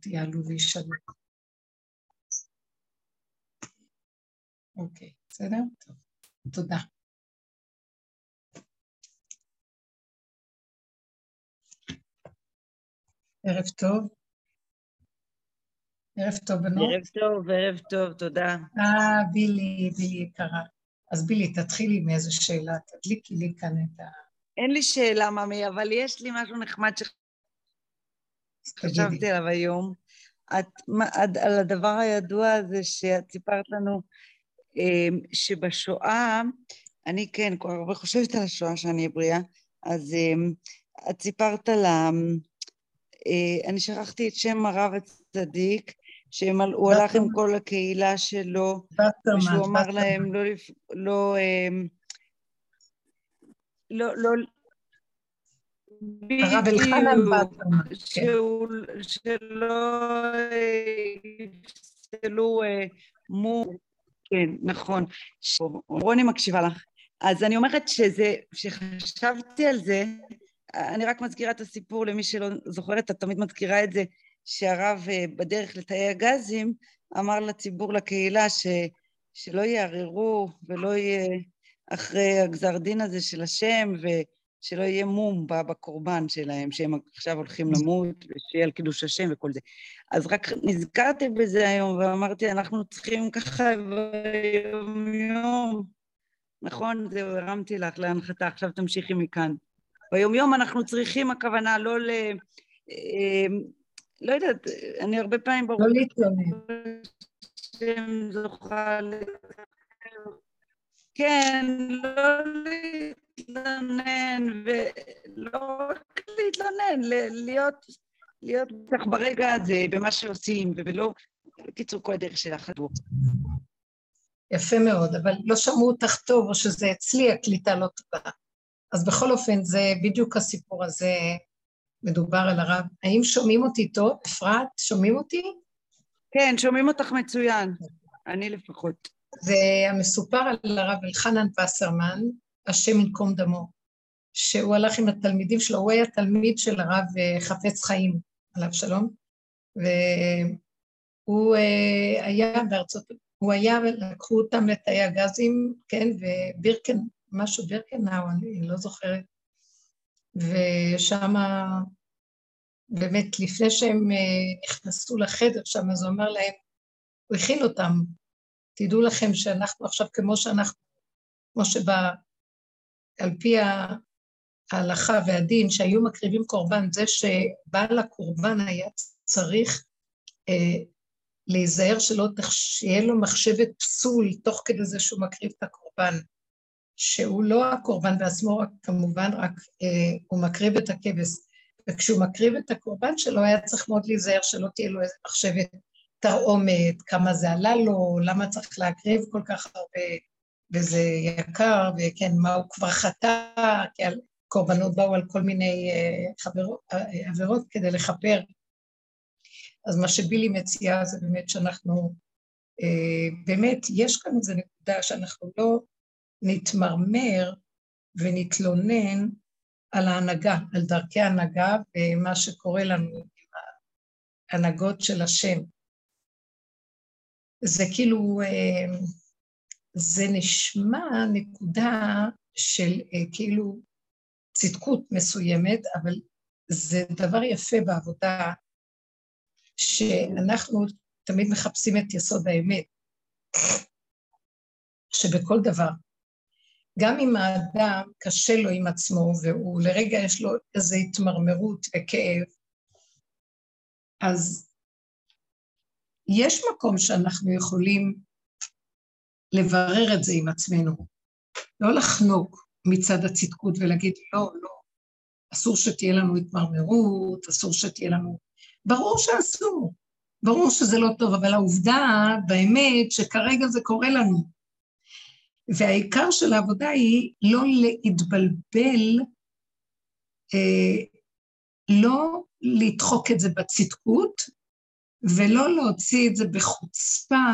יעלו וישאלו. אוקיי, בסדר? טוב. תודה. ערב טוב. ערב טוב, בנות. ערב טוב, תודה. בילי יקרה. אז בילי, תתחילי מאיזו שאלה, תדליקי לי כאן את ה... אין לי שאלה, ממי, אבל יש לי משהו נחמד שחשבתי עליו היום. על הדבר הידוע הזה שאת סיפרת לנו, שבשואה, אני כן, כבר הרבה חושבת על השואה שאני בריאה, אז את סיפרת על אני שכחתי את שם הרב הצדיק, שהוא הלך עם כל הקהילה שלו, ושהוא אמר להם הרב אלחנן בסטרמן, שלא יפסלו כן, נכון. רוני מקשיבה לך. אז אני אומרת שחשבתי על זה, אני רק מזכירה את הסיפור למי שלא זוכרת, את תמיד מזכירה את זה, שהרב בדרך לתאי הגזים אמר לציבור, לקהילה, שלא יערערו ולא יהיה אחרי הגזר דין הזה של השם, ושלא יהיה מום בקורבן שלהם, שהם עכשיו הולכים למות, ושיהיה על קידוש השם וכל זה. אז רק נזכרתי בזה היום, ואמרתי, אנחנו צריכים ככה ביום, נכון? זהו, הרמתי לך להנחתה, עכשיו תמשיכי מכאן. ביום אנחנו צריכים, הכוונה, לא יודעת, אני הרבה פעמים ברור. לא להתלונן. שם זוכה כן, לא להתלונן, ולא רק להתלונן, להיות בטח ברגע הזה, במה שעושים, ולא, קיצור, כל הדרך של החדור. יפה מאוד, אבל לא שמעו אותך טוב, או שזה אצלי הקליטה לא טובה. אז בכל אופן, זה בדיוק הסיפור הזה, מדובר על הרב. האם שומעים אותי טוב? אפרת, שומעים אותי? כן, שומעים אותך מצוין, אני לפחות. זה המסופר על הרב אלחנן בסטרמן, השם ינקום דמו, שהוא הלך עם התלמידים שלו, הוא היה תלמיד של הרב חפץ חיים, עליו שלום, והוא היה בארצות, לקחו אותם לתאי הגזים, כן, ובירקן, משהו בירקנאו, אני לא זוכרת, ושם באמת לפני שהם נכנסו לחדר שם, אז הוא אמר להם, הוא הכין אותם, תדעו לכם שאנחנו עכשיו כמו שאנחנו, כמו על פי ההלכה והדין שהיו מקריבים קורבן, זה שבעל הקורבן היה צריך להיזהר שלא שיהיה לו מחשבת פסול תוך כדי זה שהוא מקריב את הקורבן, שהוא לא הקורבן בעצמו, כמובן רק הוא מקריב את הכבש, וכשהוא מקריב את הקורבן שלו היה צריך מאוד להיזהר שלא תהיה לו איזה מחשבת תרעומת, כמה זה עלה לו, למה צריך להקריב כל כך הרבה, וזה יקר, וכן, מה הוא כבר חטא, כי הקורבנות באו על כל מיני עבירות כדי לכפר. אז מה שבילי מציעה זה באמת שאנחנו, באמת יש כאן איזו נקודה שאנחנו לא נתמרמר ונתלונן על ההנהגה, על דרכי ההנהגה ומה שקורה לנו עם ההנהגות של השם. זה כאילו, זה נשמע נקודה של כאילו צדקות מסוימת, אבל זה דבר יפה בעבודה, שאנחנו תמיד מחפשים את יסוד האמת, שבכל דבר, גם אם האדם קשה לו עם עצמו, והוא לרגע יש לו איזו התמרמרות וכאב, אז יש מקום שאנחנו יכולים לברר את זה עם עצמנו, לא לחנוק מצד הצדקות ולהגיד לא, אסור שתהיה לנו התמרמרות, אסור שתהיה לנו, ברור שאסור, ברור שזה לא טוב, אבל העובדה באמת שכרגע זה קורה לנו, והעיקר של העבודה היא לא להתבלבל, לא לדחוק את זה בצדקות, ולא להוציא את זה בחוצפה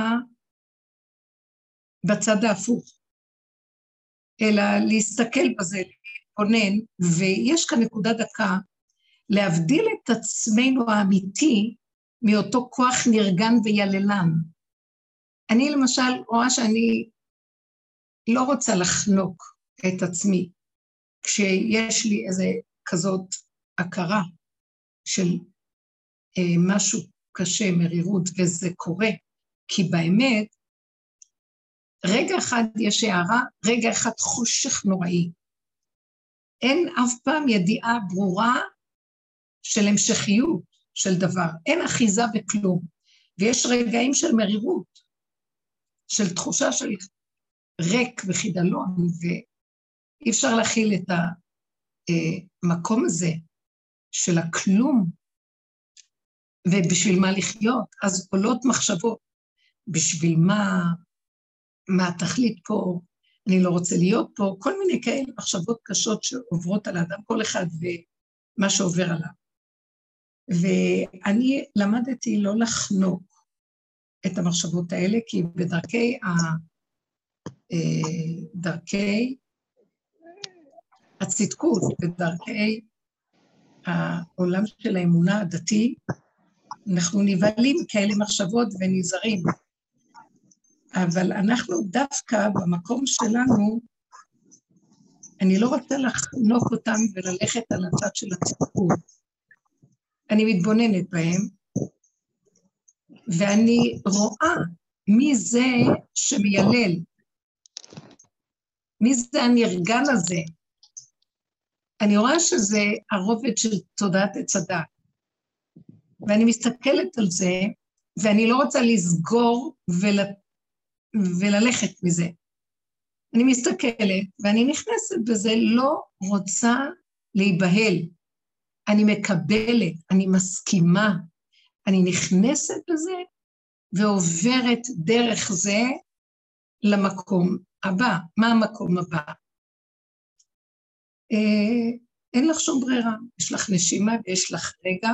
בצד ההפוך, אלא להסתכל בזה, להתבונן, ויש כאן נקודה דקה, להבדיל את עצמנו האמיתי מאותו כוח נרגן ויללן. אני למשל רואה שאני לא רוצה לחנוק את עצמי, כשיש לי איזה כזאת הכרה של משהו קשה, מרירות, וזה קורה, כי באמת, רגע אחד יש הערה, רגע אחד חושך נוראי. אין אף פעם ידיעה ברורה של המשכיות של דבר, אין אחיזה בכלום, ויש רגעים של מרירות, של תחושה של ריק וחידלון, ואי אפשר להכיל את המקום הזה של הכלום, ובשביל מה לחיות, אז עולות מחשבות, בשביל מה התכלית פה, אני לא רוצה להיות פה, כל מיני כאלה מחשבות קשות שעוברות על האדם, כל אחד ומה שעובר עליו. ואני למדתי לא לחנוק את המחשבות האלה, כי דרכי הצדקות, בדרכי העולם של האמונה הדתי, אנחנו נבהלים כאלה מחשבות ונזהרים. אבל אנחנו דווקא במקום שלנו, אני לא רוצה לחנוק אותם וללכת על הצד של הצדקות. אני מתבוננת בהם, ואני רואה מי זה שמיילל, מי זה הנרגן הזה. אני רואה שזה הרובד של תודעת הצדה, ואני מסתכלת על זה, ואני לא רוצה לסגור וללכת מזה. אני מסתכלת, ואני נכנסת בזה, לא רוצה להיבהל. אני מקבלת, אני מסכימה, אני נכנסת בזה, ועוברת דרך זה למקום הבא. מה המקום הבא? אין לך שום ברירה, יש לך נשימה ויש לך רגע,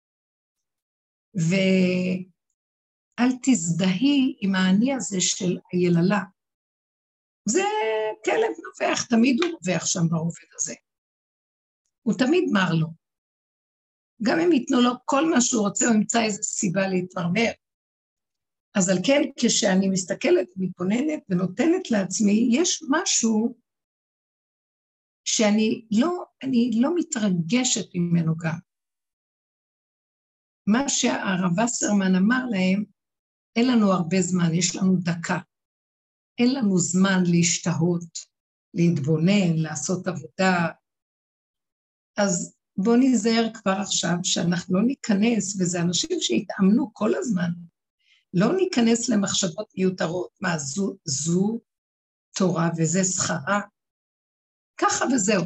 ואל תזדהי עם העני הזה של היללה. זה כלב נובח, תמיד הוא נובח שם ברובד הזה. הוא תמיד מר לו. גם אם ייתנו לו כל מה שהוא רוצה, הוא ימצא איזו סיבה להתמרמר. אז על כן, כשאני מסתכלת ומתבוננת ונותנת לעצמי, יש משהו שאני לא מתרגשת ממנו גם. מה שהרב וסרמן אמר להם, אין לנו הרבה זמן, יש לנו דקה. אין לנו זמן להשתהות, להתבונן, לעשות עבודה. אז בואו נזהר כבר עכשיו שאנחנו לא ניכנס, וזה אנשים שהתאמנו כל הזמן, לא ניכנס למחשבות מיותרות, מה זו תורה וזה שכרה, ככה וזהו.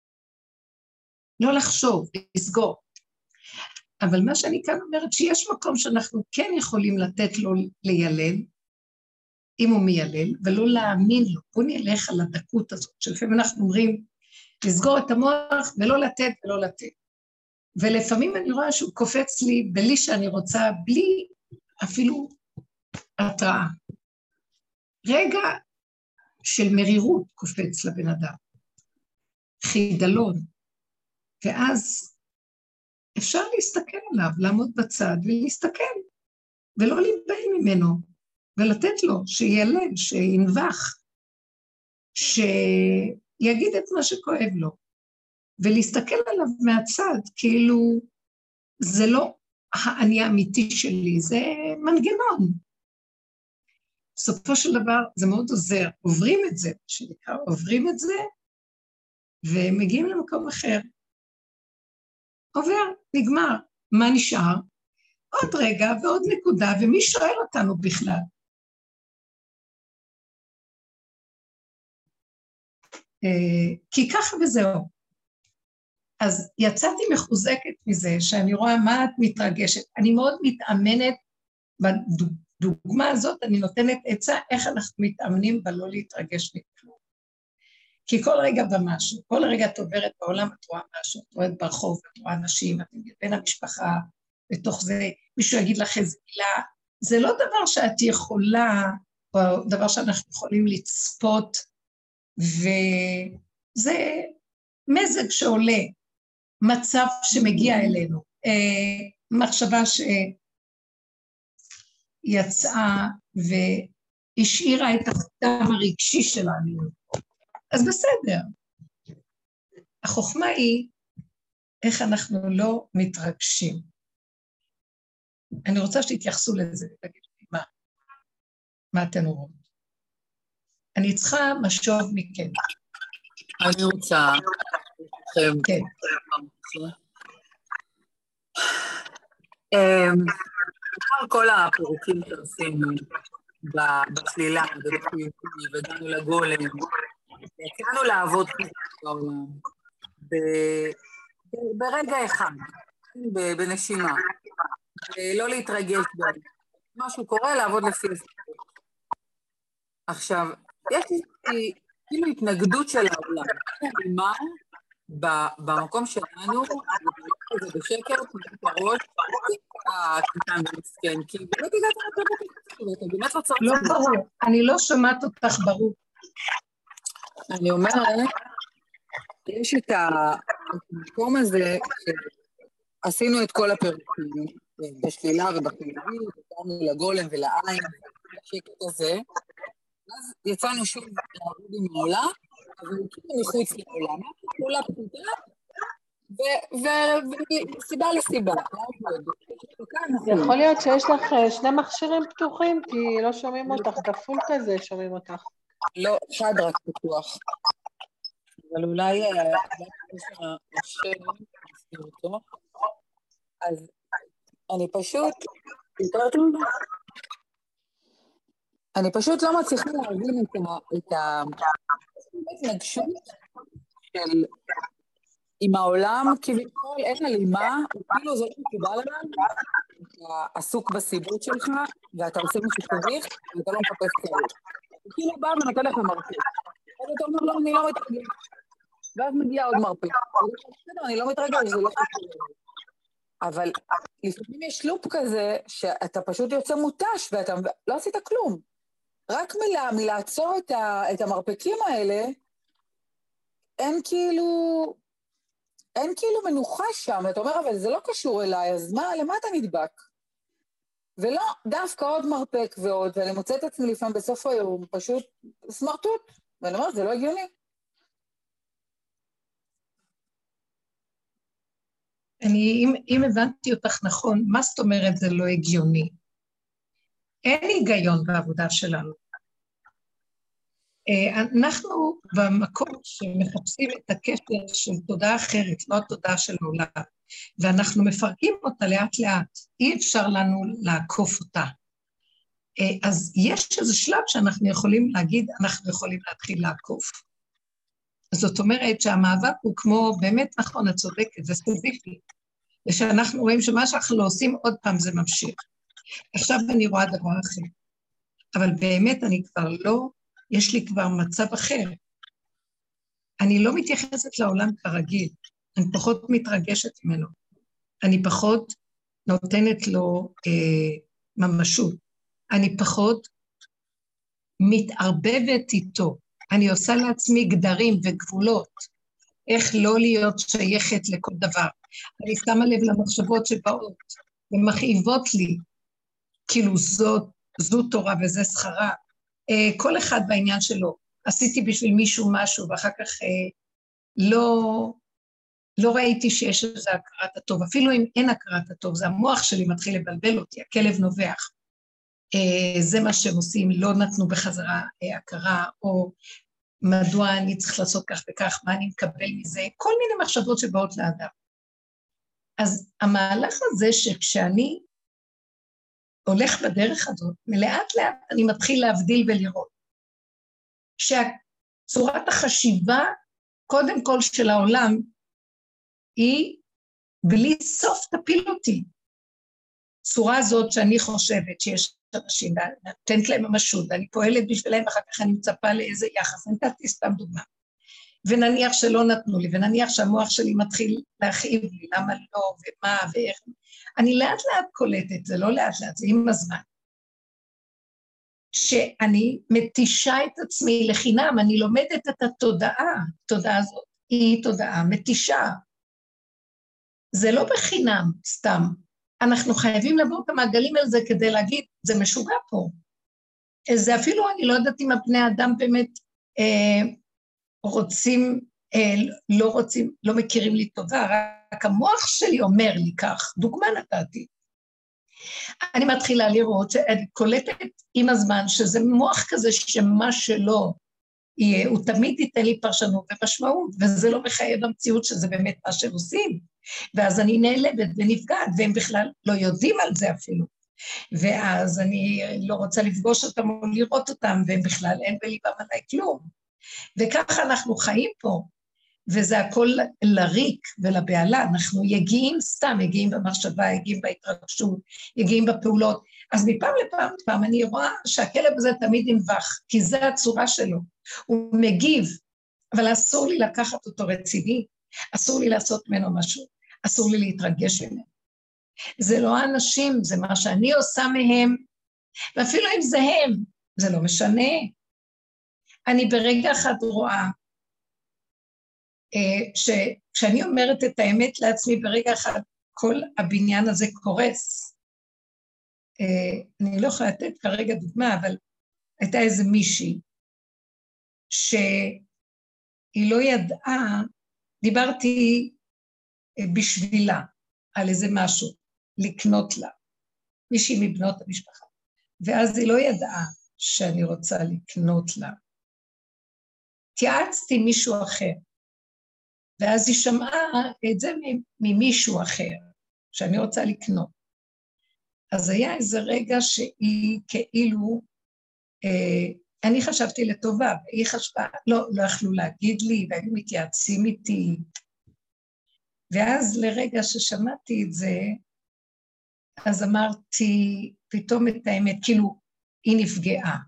לא לחשוב, לסגור. אבל מה שאני כאן אומרת, שיש מקום שאנחנו כן יכולים לתת לו לילל, אם הוא מיילל, ולא להאמין לו. בוא נלך על הדקות הזאת, שלפעמים אנחנו אומרים, לסגור את המוח ולא לתת ולא לתת. ולפעמים אני רואה שהוא קופץ לי בלי שאני רוצה, בלי אפילו התראה. רגע של מרירות קופץ לבן אדם, חידלון, ואז אפשר להסתכל עליו, לעמוד בצד ולהסתכל, ולא להיבהל ממנו, ולתת לו שילל, שינבח, שיגיד את מה שכואב לו, ולהסתכל עליו מהצד, כאילו זה לא האני האמיתי שלי, זה מנגנון. בסופו של דבר זה מאוד עוזר, עוברים את זה, שנקרא, עוברים את זה, ומגיעים למקום אחר. עובר, נגמר, מה נשאר? עוד רגע ועוד נקודה, ומי שואל אותנו בכלל? כי ככה וזהו. אז יצאתי מחוזקת מזה, שאני רואה מה את מתרגשת. אני מאוד מתאמנת, בדוגמה הזאת אני נותנת עצה, איך אנחנו מתאמנים ולא להתרגש מכלום. כי כל רגע במשהו, כל רגע את עוברת בעולם, את רואה משהו, את רואה ברחוב, את רואה אנשים, את בין המשפחה, בתוך זה, מישהו יגיד לך איזו מילה, זה לא דבר שאת יכולה, או דבר שאנחנו יכולים לצפות, וזה מזג שעולה, מצב שמגיע אלינו, מחשבה יצאה והשאירה את החתם הרגשי שלנו. אז בסדר. החוכמה היא איך אנחנו לא מתרגשים. אני רוצה שתתייחסו לזה, תגידו לי מה אתן אומרות. אני צריכה משוב מכם. אני רוצה... כן. כל הפירוקים שעשינו בשלילה, וגענו לגולם, יצאנו לעבוד בעולם, ברגע אחד, בנשימה, ולא להתרגש בו. משהו קורה, לעבוד לפי הסיפור. עכשיו, יש לי כאילו התנגדות של העולם. מה? במקום שלנו, זה בשקט, בראש, הקטן ומסכן, כי באמת הגעת לטובת, ואתה באמת לא צריך... לא ברור, אני לא שמעת אותך ברור. אני אומרת, יש את המקום הזה, שעשינו את כל הפירוקים, בשלילה ובחיובי, וגענו לגולם ולעין, בשקט הזה, אז יצאנו שוב לעבוד עם העולם, אבל כאילו מחוץ לעולם, פעולה פשוטה, וסיבה לסיבה. יכול להיות שיש לך שני מכשירים פתוחים, כי לא שומעים אותך, כפול כזה שומעים אותך. לא, אחד רק פתוח. אבל אולי יש לה מחשב, נסביר אותו. אז אני פשוט לא מצליחה להבין את ההתנגשות של עם העולם, כביכול אין הלימה, כאילו זאת מקובל עליו, אתה עסוק בסיבות שלך, ואתה עושה מה שצריך, ואתה לא מחפש צורך. הוא כאילו בא ונותן לך מרפק. אז אתה אומר לו, אני לא מתרגש. ואז מגיע עוד מרפק. בסדר, אני לא מתרגש, זה לא חשוב. אבל לפעמים יש לופ כזה, שאתה פשוט יוצא מוטש, ואתה לא עשית כלום. רק מלעצור את המרפקים האלה, אין כאילו מנוחה שם, אתה אומר, אבל זה לא קשור אליי, אז למה אתה נדבק? ולא, דווקא עוד מרפק ועוד, ואני מוצאת עצמי לפעמים בסוף היום, פשוט סמרטוט, ואני אומרת, זה לא הגיוני. אם הבנתי אותך נכון, מה זאת אומרת זה לא הגיוני? אין היגיון בעבודה שלנו. אנחנו במקום שמחפשים את הקשר של תודעה אחרת, לא התודעה של העולם, ואנחנו מפרקים אותה לאט לאט, אי אפשר לנו לעקוף אותה. אז יש איזה שלב שאנחנו יכולים להגיד, אנחנו יכולים להתחיל לעקוף. זאת אומרת שהמאבק הוא כמו, באמת נכון, את צודקת, זה ספציפי, ושאנחנו רואים שמה שאנחנו לא עושים עוד פעם זה ממשיך. עכשיו אני רואה דבר אחר, אבל באמת אני כבר לא, יש לי כבר מצב אחר. אני לא מתייחסת לעולם כרגיל, אני פחות מתרגשת ממנו, אני פחות נותנת לו ממשות, אני פחות מתערבבת איתו, אני עושה לעצמי גדרים וגבולות, איך לא להיות שייכת לכל דבר. אני שמה לב למחשבות שבאות ומכאיבות לי, כאילו זו תורה וזה שכרה, כל אחד בעניין שלו, עשיתי בשביל מישהו משהו, ואחר כך לא ראיתי שיש איזה הכרת הטוב, אפילו אם אין הכרת הטוב, זה המוח שלי מתחיל לבלבל אותי, הכלב נובח, זה מה שהם עושים, לא נתנו בחזרה הכרה, או מדוע אני צריך לעשות כך וכך, מה אני מקבל מזה, כל מיני מחשבות שבאות לאדם. אז המהלך הזה שכשאני הולך בדרך הזאת, מלאט לאט אני מתחיל להבדיל ולראות. שצורת החשיבה, קודם כל של העולם, היא בלי סוף תפיל אותי. צורה הזאת שאני חושבת שיש אנשים, נותנת להם ממשות, ואני פועלת בשבילהם, ואחר כך אני מצפה לאיזה יחס, אני נתתי סתם דוגמה. ונניח שלא נתנו לי, ונניח שהמוח שלי מתחיל להכאיב לי, למה לא, ומה, ואיך. אני לאט לאט קולטת, זה לא לאט לאט, זה עם הזמן. שאני מתישה את עצמי לחינם, אני לומדת את התודעה, התודעה הזאת היא תודעה מתישה. זה לא בחינם, סתם. אנחנו חייבים לבוא במעגלים על זה כדי להגיד, זה משוגע פה. זה אפילו, אני לא יודעת אם הבני אדם באמת רוצים, לא רוצים, לא מכירים לי טובה, רק המוח שלי אומר לי כך, דוגמה נתתי. אני מתחילה לראות שאני קולטת עם הזמן שזה מוח כזה שמה שלא יהיה, הוא תמיד ייתן לי פרשנות ומשמעות, וזה לא מחייב המציאות שזה באמת מה שהם עושים. ואז אני נעלבת ונפגעת, והם בכלל לא יודעים על זה אפילו. ואז אני לא רוצה לפגוש אותם או לראות אותם, והם בכלל אין בליבם עליי כלום. וככה אנחנו חיים פה, וזה הכל לריק ולבעלה, אנחנו יגיעים סתם, יגיעים במחשבה, יגיעים בהתרגשות, יגיעים בפעולות, אז מפעם לפעם אני רואה שהכלב הזה תמיד ינבח, כי זה הצורה שלו, הוא מגיב, אבל אסור לי לקחת אותו רציני, אסור לי לעשות ממנו משהו, אסור לי להתרגש ממנו. זה לא האנשים, זה מה שאני עושה מהם, ואפילו אם זה הם, זה לא משנה. אני ברגע אחד רואה, כשאני אומרת את האמת לעצמי, ברגע אחד כל הבניין הזה קורס. אני לא יכולה לתת כרגע דוגמה, אבל הייתה איזה מישהי, שהיא לא ידעה, דיברתי בשבילה על איזה משהו, לקנות לה, מישהי מבנות המשפחה, ואז היא לא ידעה שאני רוצה לקנות לה. תיעצתי מישהו אחר, ואז היא שמעה את זה ממישהו אחר, שאני רוצה לקנות. אז היה איזה רגע שהיא כאילו, אני חשבתי לטובה, והיא חשבה, לא יכלו להגיד לי, והיו מתייעצים איתי. ואז לרגע ששמעתי את זה, אז אמרתי פתאום את האמת, כאילו היא נפגעה.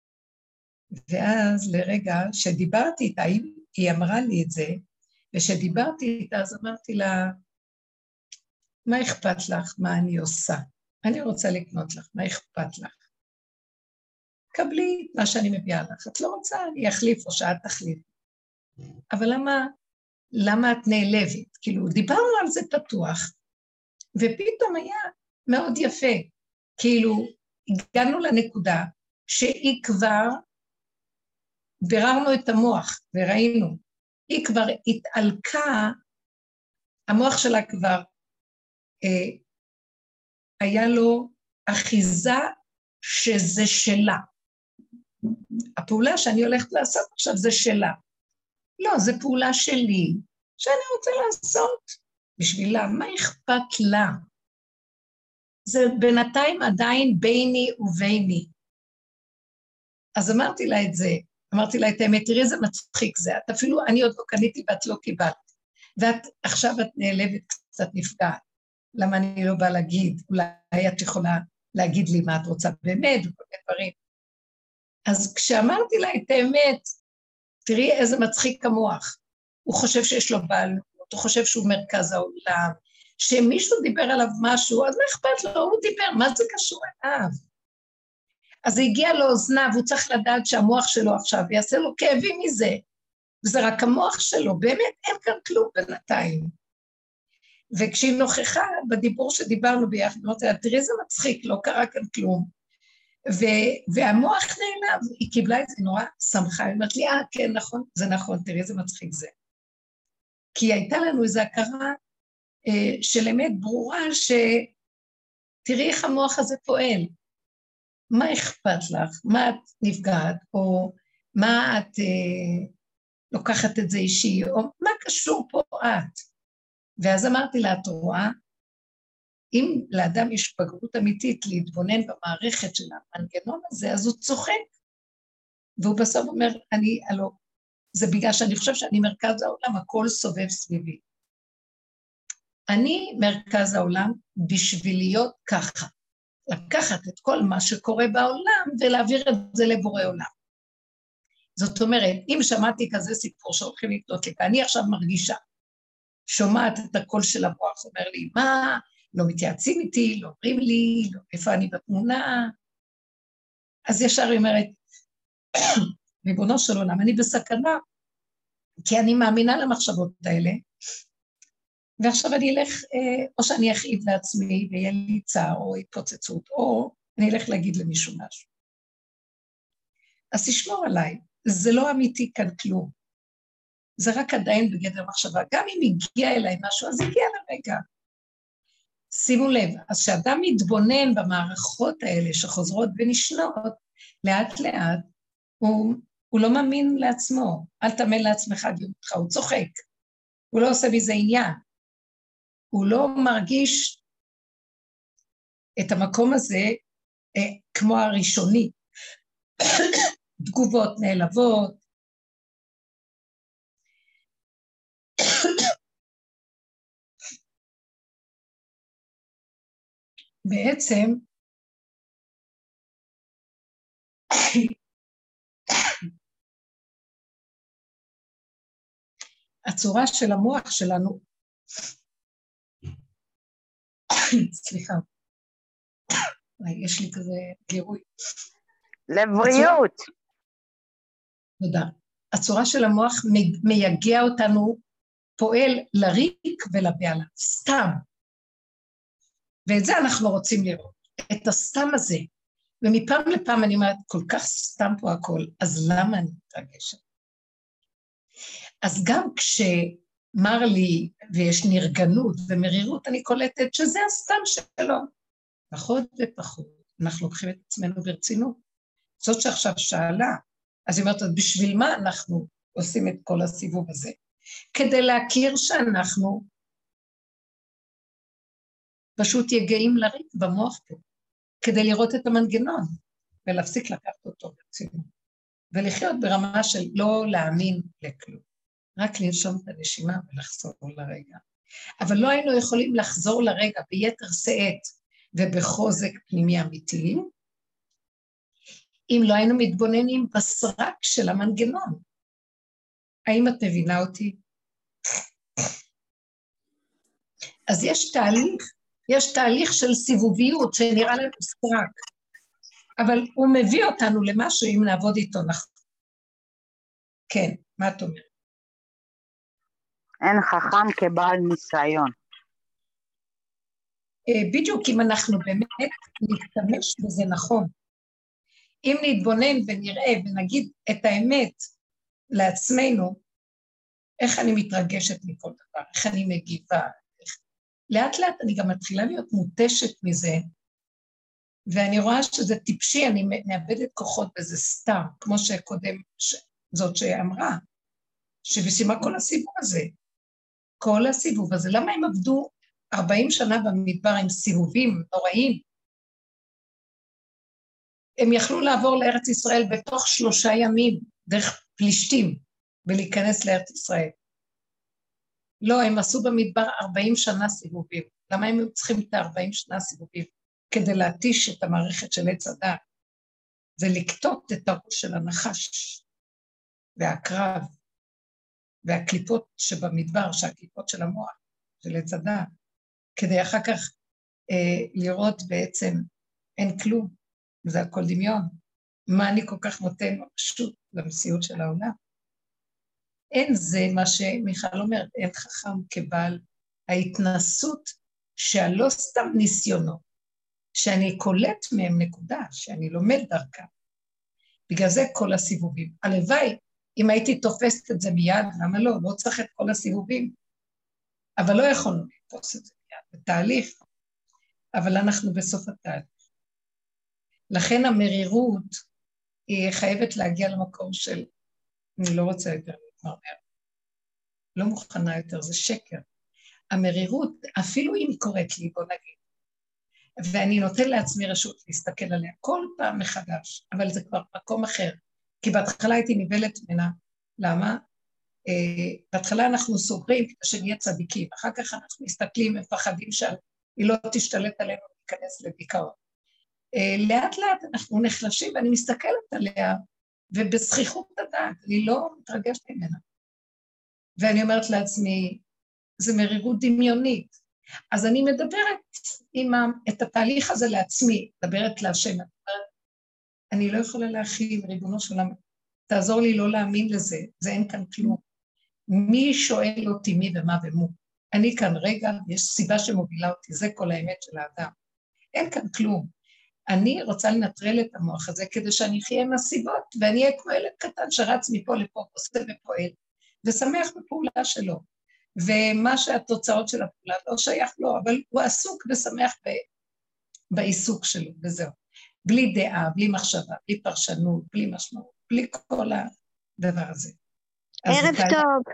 ואז לרגע שדיברתי איתה, היא אמרה לי את זה, ושדיברתי איתה, אז אמרתי לה, מה אכפת לך, מה אני עושה? אני רוצה לקנות לך, מה אכפת לך? קבלי מה שאני מביאה לך, את לא רוצה, אני אחליף או שאת תחליף. אבל למה את נעלבת? כאילו, דיברנו על זה פתוח, ופתאום היה מאוד יפה, כאילו, הגענו לנקודה שהיא כבר, ביררנו את המוח וראינו, היא כבר התעלקה, המוח שלה כבר, היה לו אחיזה שזה שלה. הפעולה שאני הולכת לעשות עכשיו זה שלה. לא, זה פעולה שלי, שאני רוצה לעשות בשבילה, מה אכפת לה? זה בינתיים עדיין ביני וביני. אז אמרתי לה את זה, אמרתי לה את האמת, תראי איזה מצחיק זה, את אפילו, אני עוד לא קניתי ואת לא קיבלת, ועכשיו את נעלבת קצת נפגעת, למה אני לא באה להגיד, אולי את יכולה להגיד לי מה את רוצה באמת, וכל מיני דברים. אז כשאמרתי לה את האמת, תראי איזה מצחיק המוח, הוא חושב שיש לו בעלות, הוא חושב שהוא מרכז העולם, שמישהו דיבר עליו משהו, אז מה אכפת לו, הוא דיבר, מה זה קשור אליו? אז זה הגיע לאוזניו, הוא צריך לדעת שהמוח שלו עכשיו יעשה לו כאבים מזה, וזה רק המוח שלו, באמת אין כאן כלום בינתיים. וכשהיא נוכחה בדיבור שדיברנו ביחד, תראי זה מצחיק, לא קרה כאן כלום. והמוח נעלב, היא קיבלה את זה נורא שמחה, היא אומרת לי, כן, נכון, זה נכון, תראי זה מצחיק זה. כי הייתה לנו איזו הכרה של אמת ברורה, שתראי איך המוח הזה פועל. מה אכפת לך? מה את נפגעת? או מה את לוקחת את זה אישי? או מה קשור פה את? ואז אמרתי לה, את רואה, אם לאדם יש בגרות אמיתית להתבונן במערכת של המנגנון הזה, אז הוא צוחק. והוא בסוף אומר, זה בגלל שאני חושב שאני מרכז העולם, הכל סובב סביבי. אני מרכז העולם בשביל להיות ככה. לקחת את כל מה שקורה בעולם ולהעביר את זה לבורא עולם. זאת אומרת, אם שמעתי כזה סיפור שהולכים לקנות לי, ואני עכשיו מרגישה, שומעת את הקול של המוח, אומר לי, מה? לא מתייעצים איתי, לא אומרים לי, לא, איפה אני בתמונה? אז ישר היא אומרת, ריבונו של עולם, אני בסכנה, כי אני מאמינה למחשבות האלה, ועכשיו אני אלך, או שאני אכאיב לעצמי, ויהיה לי צער או התפוצצות, או אני אלך להגיד למישהו משהו. אז תשמור עליי, זה לא אמיתי כאן כלום. זה רק עדיין בגדר מחשבה. גם אם הגיע אליי משהו, אז הגיע לרגע. שימו לב, אז שאדם מתבונן במערכות האלה שחוזרות ונשנות, לאט לאט, הוא לא מאמין לעצמו. אל תאמן לעצמך דיותך, הוא צוחק. הוא לא עושה מזה עניין. הוא לא מרגיש את המקום הזה כמו הראשוני. תגובות נעלבות. בעצם, הצורה של המוח שלנו, סליחה, יש לי כזה גירוי. לבריאות. תודה. הצורה של המוח מייגע אותנו, פועל לריק ולבעלה, סתם. ואת זה אנחנו רוצים לראות, את הסתם הזה. ומפעם לפעם אני אומרת, כל כך סתם פה הכל, אז למה אני מתרגשת? אז גם כשמר לי ויש נרגנות ומרירות, אני קולטת שזה הסתם שלו. פחות ופחות, אנחנו לוקחים את עצמנו ברצינות. זאת שעכשיו שאלה, אז היא אומרת, בשביל מה אנחנו עושים את כל הסיבוב הזה? כדי להכיר שאנחנו פשוט יגעים לריק במוח פה, כדי לראות את המנגנון, ולהפסיק לקחת אותו ברצינות, ולחיות ברמה של לא להאמין לכלום, רק לנשום את הנשימה ולחזור לרגע. אבל לא היינו יכולים לחזור לרגע ביתר שאת ובחוזק פנימי אמיתי, אם לא היינו מתבוננים בסרק של המנגנון. האם את מבינה אותי? אז יש תהליך של סיבוביות שנראה לנו סרק, אבל הוא מביא אותנו למשהו אם נעבוד איתו נכון. כן, מה את אומרת? אין חכם כבעל ניסיון. בדיוק, אם אנחנו באמת נשתמש בזה נכון. אם נתבונן ונראה ונגיד את האמת לעצמנו, איך אני מתרגשת מכל דבר, איך אני מגיבה, לאט לאט אני גם מתחילה להיות מוטשת מזה, ואני רואה שזה טיפשי, אני מאבדת כוחות בזה סתם, כמו שקודם זאת שאמרה, שבשימה כל הסיבוב הזה, כל הסיבוב הזה, למה הם עבדו 40 שנה במדבר עם סיבובים נוראים? הם יכלו לעבור לארץ ישראל בתוך 3 ימים, דרך פלישתים, ולהיכנס לארץ ישראל. לא, הם עשו במדבר 40 שנה סיבובים. למה הם צריכים את 40 שנה סיבובים? כדי להתיש את המערכת של עץ הדת. זה לקטות את הראש של הנחש, והקרב, והקליפות שבמדבר, שהקליפות של המוח, של עץ הדת, כדי אחר כך לראות בעצם אין כלום, וזה הכל דמיון. מה אני כל כך נותן פשוט למציאות של העולם? אין זה מה שמיכל אומרת, אין חכם כבעל ההתנסות שהלא סתם ניסיונות, שאני קולט מהם נקודה, שאני לומד דרכה. בגלל זה כל הסיבובים. הלוואי, אם הייתי תופסת את זה מיד, למה לא? לא צריך את כל הסיבובים. אבל לא יכולנו לתפוס את זה מיד, בתהליך. אבל אנחנו בסוף התהליך. לכן המרירות היא חייבת להגיע למקום של, אני לא רוצה יותר להתמרמר, לא מוכנה יותר, זה שקר. המרירות, אפילו אם קוראת לי, בוא נגיד, ואני נותן לעצמי רשות להסתכל עליה כל פעם מחדש, אבל זה כבר מקום אחר, כי בהתחלה הייתי נבלת ממנה. למה? בהתחלה אנחנו סוגרים כדי שנהיה צדיקים, אחר כך אנחנו מסתכלים, מפחדים שהיא לא תשתלט עלינו להיכנס לדיכאון. לאט לאט אנחנו נחלשים, ואני מסתכלת עליה, ובזכיחות הדעת, אני לא מתרגשת ממנה. ואני אומרת לעצמי, זה מרירות דמיונית. אז אני מדברת את התהליך הזה לעצמי, מדברת להשם, אני לא יכולה להכיל, ריבונו של עולם, תעזור לי לא להאמין לזה, זה אין כאן כלום. מי שואל אותי מי ומה ומו? אני כאן רגע, יש סיבה שמובילה אותי, זה כל האמת של האדם. אין כאן כלום. אני רוצה לנטרל את המוח הזה כדי שאני אחיה עם הסיבות, ואני אהיה כמו ילד קטן שרץ מפה לפה, עושה ופועל, ושמח בפעולה שלו. ומה שהתוצאות של הפעולה לא שייך לו, אבל הוא עסוק ושמח בעיסוק שלו, וזהו. בלי דעה, בלי מחשבה, בלי פרשנות, בלי משמעות, בלי כל הדבר הזה. ערב טוב.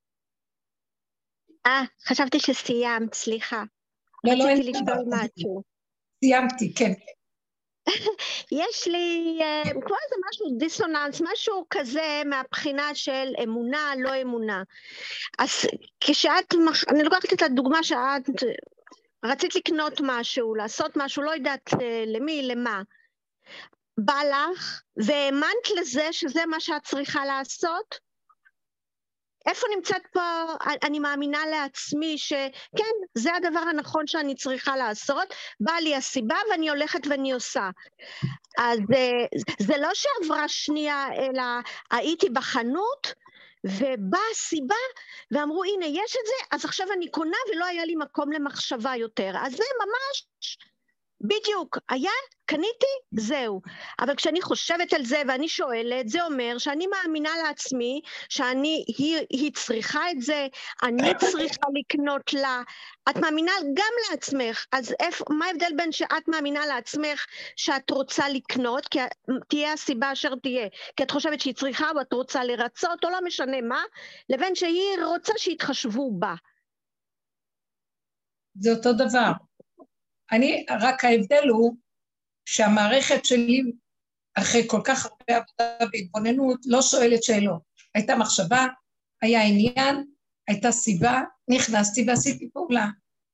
חשבתי שסיימת, סליחה. רציתי לשאול משהו. סיימתי, כן. יש לי כמו איזה משהו דיסוננס, משהו כזה מהבחינה של אמונה, לא אמונה. אז כשאת, אני לוקחת את הדוגמה שאת רצית לקנות משהו, לעשות משהו, לא יודעת למי, למה. בא לך והאמנת לזה שזה מה שאת צריכה לעשות? איפה נמצאת פה, אני מאמינה לעצמי שכן, זה הדבר הנכון שאני צריכה לעשות, באה לי הסיבה ואני הולכת ואני עושה. אז זה לא שעברה שנייה, אלא הייתי בחנות, ובאה הסיבה, ואמרו הנה יש את זה, אז עכשיו אני קונה ולא היה לי מקום למחשבה יותר. אז זה ממש בדיוק, היה, קניתי, זהו. אבל כשאני חושבת על זה ואני שואלת, זה אומר שאני מאמינה לעצמי, שהיא צריכה את זה, אני צריכה לקנות לה. את מאמינה גם לעצמך, אז מה ההבדל בין שאת מאמינה לעצמך שאת רוצה לקנות, כי תהיה הסיבה אשר תהיה, כי את חושבת שהיא צריכה או את רוצה לרצות או לא משנה מה, לבין שהיא רוצה שיתחשבו בה. זה אותו דבר. רק ההבדל הוא שהמערכת שלי, אחרי כל כך הרבה עבודה והתבוננות, לא שואלת שאלות. הייתה מחשבה, היה עניין, הייתה סיבה, נכנסתי ועשיתי פעולה.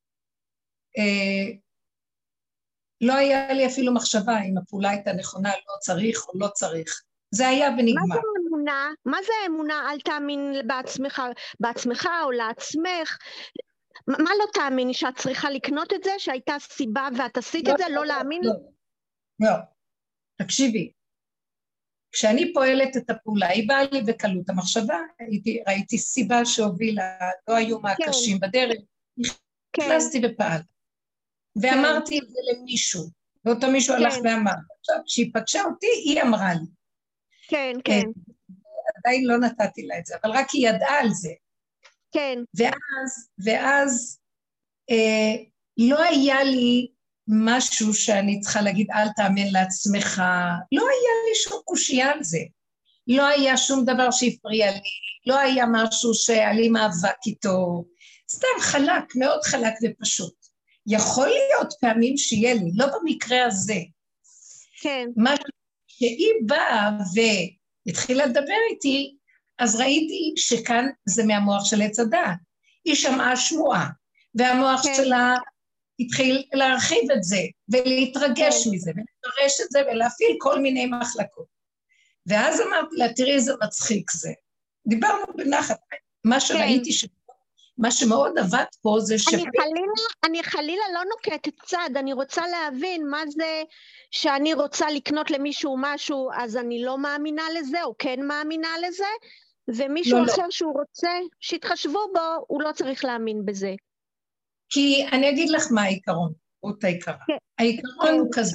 לא היה לי אפילו מחשבה אם הפעולה הייתה נכונה, לא צריך או לא צריך. זה היה ונגמר. מה זה האמונה? מה זה האמונה? אל תאמין בעצמך או לעצמך. מה לא תאמיני שאת צריכה לקנות את זה, שהייתה סיבה ואת עשית את זה, לא להאמין? לא, תקשיבי, כשאני פועלת את הפעולה, היא באה לי בקלות המחשבה, ראיתי סיבה שהובילה, לא היו מעקשים בדרך, נכנסתי ופעל, ואמרתי את זה למישהו, ואותו מישהו הלך ואמר, עכשיו כשהיא פגשה אותי, היא אמרה לי. כן, כן. עדיין לא נתתי לה את זה, אבל רק היא ידעה על זה. כן. ואז לא היה לי משהו שאני צריכה להגיד, אל תאמן לעצמך, לא היה לי שום קושיה על זה, לא היה שום דבר שהפריע לי, לא היה משהו שהיה לי מאבק איתו, סתם חלק, מאוד חלק ופשוט. יכול להיות פעמים שיהיה לי, לא במקרה הזה. כן. שהיא באה והתחילה לדבר איתי, אז ראיתי שכאן זה מהמוח של עץ הדעת. היא שמעה שמועה, והמוח שלה התחיל להרחיב את זה, ולהתרגש מזה, ולפרש את זה, ולהפעיל כל מיני מחלקות. ואז אמרתי לה, תראי איזה מצחיק זה. דיברנו בנחת, מה שראיתי, מה שמאוד עבד פה זה אני חלילה לא נוקטת צד, אני רוצה להבין מה זה שאני רוצה לקנות למישהו משהו, אז אני לא מאמינה לזה, או כן מאמינה לזה, ומישהו אחר שהוא רוצה, שיתחשבו בו, הוא לא צריך להאמין בזה. כי אני אגיד לך מה העיקרון, אותה עיקרה. העיקרון הוא כזה,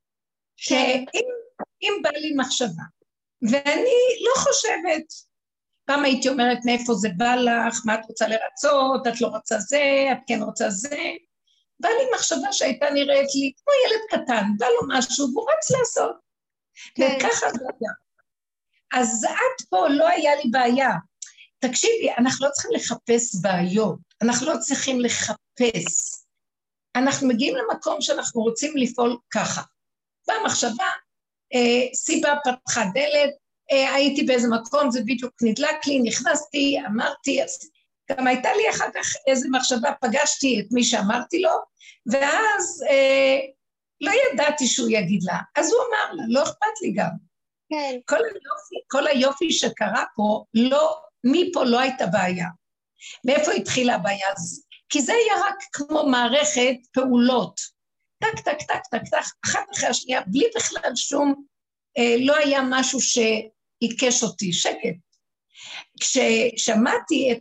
שאם בא לי מחשבה, ואני לא חושבת, פעם הייתי אומרת מאיפה זה בא לך, מה את רוצה לרצות, את לא רוצה זה, את כן רוצה זה, בא לי מחשבה שהייתה נראית לי כמו ילד קטן, בא לו משהו, והוא רץ לעשות. וככה זה היה. אז את פה לא היה לי בעיה. תקשיבי, אנחנו לא צריכים לחפש בעיות, אנחנו לא צריכים לחפש. אנחנו מגיעים למקום שאנחנו רוצים לפעול ככה. במחשבה, סיבה פתחה דלת, הייתי באיזה מקום, זה בדיוק נדלק לי, נכנסתי, אמרתי, גם הייתה לי אחר כך איזה מחשבה, פגשתי את מי שאמרתי לו, ואז לא ידעתי שהוא יגיד לה, אז הוא אמר לה, לא אכפת לי גם. כן. כל היופי שקרה פה, מפה לא הייתה בעיה. מאיפה התחילה הבעיה? כי זה היה רק כמו מערכת פעולות, טק, טק, טק, טק, טק, אחת אחרי השנייה, בלי בכלל שום, לא היה משהו שעיקש אותי, שקט. כששמעתי את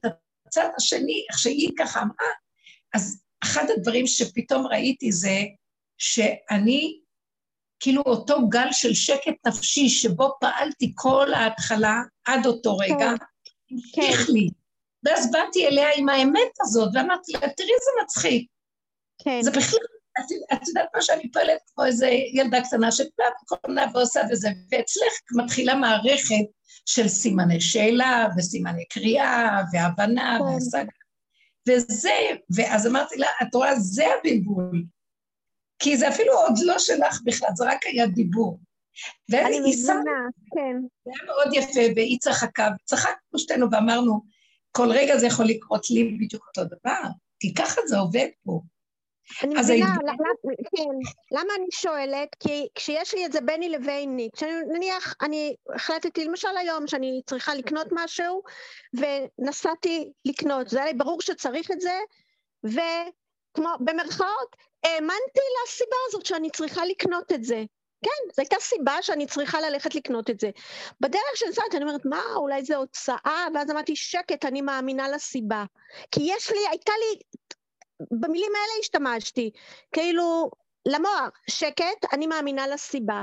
בצד השני, איך שהיא ככה אמרה, אז אחד הדברים שפתאום ראיתי זה שאני, כאילו אותו גל של שקט נפשי שבו פעלתי כל ההתחלה עד אותו רגע, המשיך לי. ואז באתי אליה עם האמת הזאת, ואמרתי לה, תראי זה מצחיק. כן. זה בכלל, את יודעת מה שאני פועלת כמו איזה ילדה קטנה שפלאה בקורנה ועושה וזה, ואצלך מתחילה מערכת של סימני שאלה וסימני קריאה והבנה והשגה. וזה, ואז אמרתי לה, את רואה, זה הבלבול. כי זה אפילו עוד לא שלך בכלל, זה רק היה דיבור. אני מזמנה, כן. זה היה מאוד יפה, והיא צחקה, וצחקנו שתינו ואמרנו, כל רגע זה יכול לקרות לי בדיוק אותו דבר, כי ככה זה עובד פה. אני מבינה, כן, למה אני שואלת? כי כשיש לי את זה ביני לביני, נניח אני החלטתי למשל היום שאני צריכה לקנות משהו, ונסעתי לקנות, זה היה לי ברור שצריך את זה, וכמו במרכאות, האמנתי לסיבה הזאת שאני צריכה לקנות את זה. כן, זו הייתה סיבה שאני צריכה ללכת לקנות את זה. בדרך שנסעתי, אני אומרת, מה, אולי זה הוצאה? ואז אמרתי, שקט, אני מאמינה לסיבה. כי הייתה לי, במילים האלה השתמשתי, כאילו, למוח, שקט, אני מאמינה לסיבה.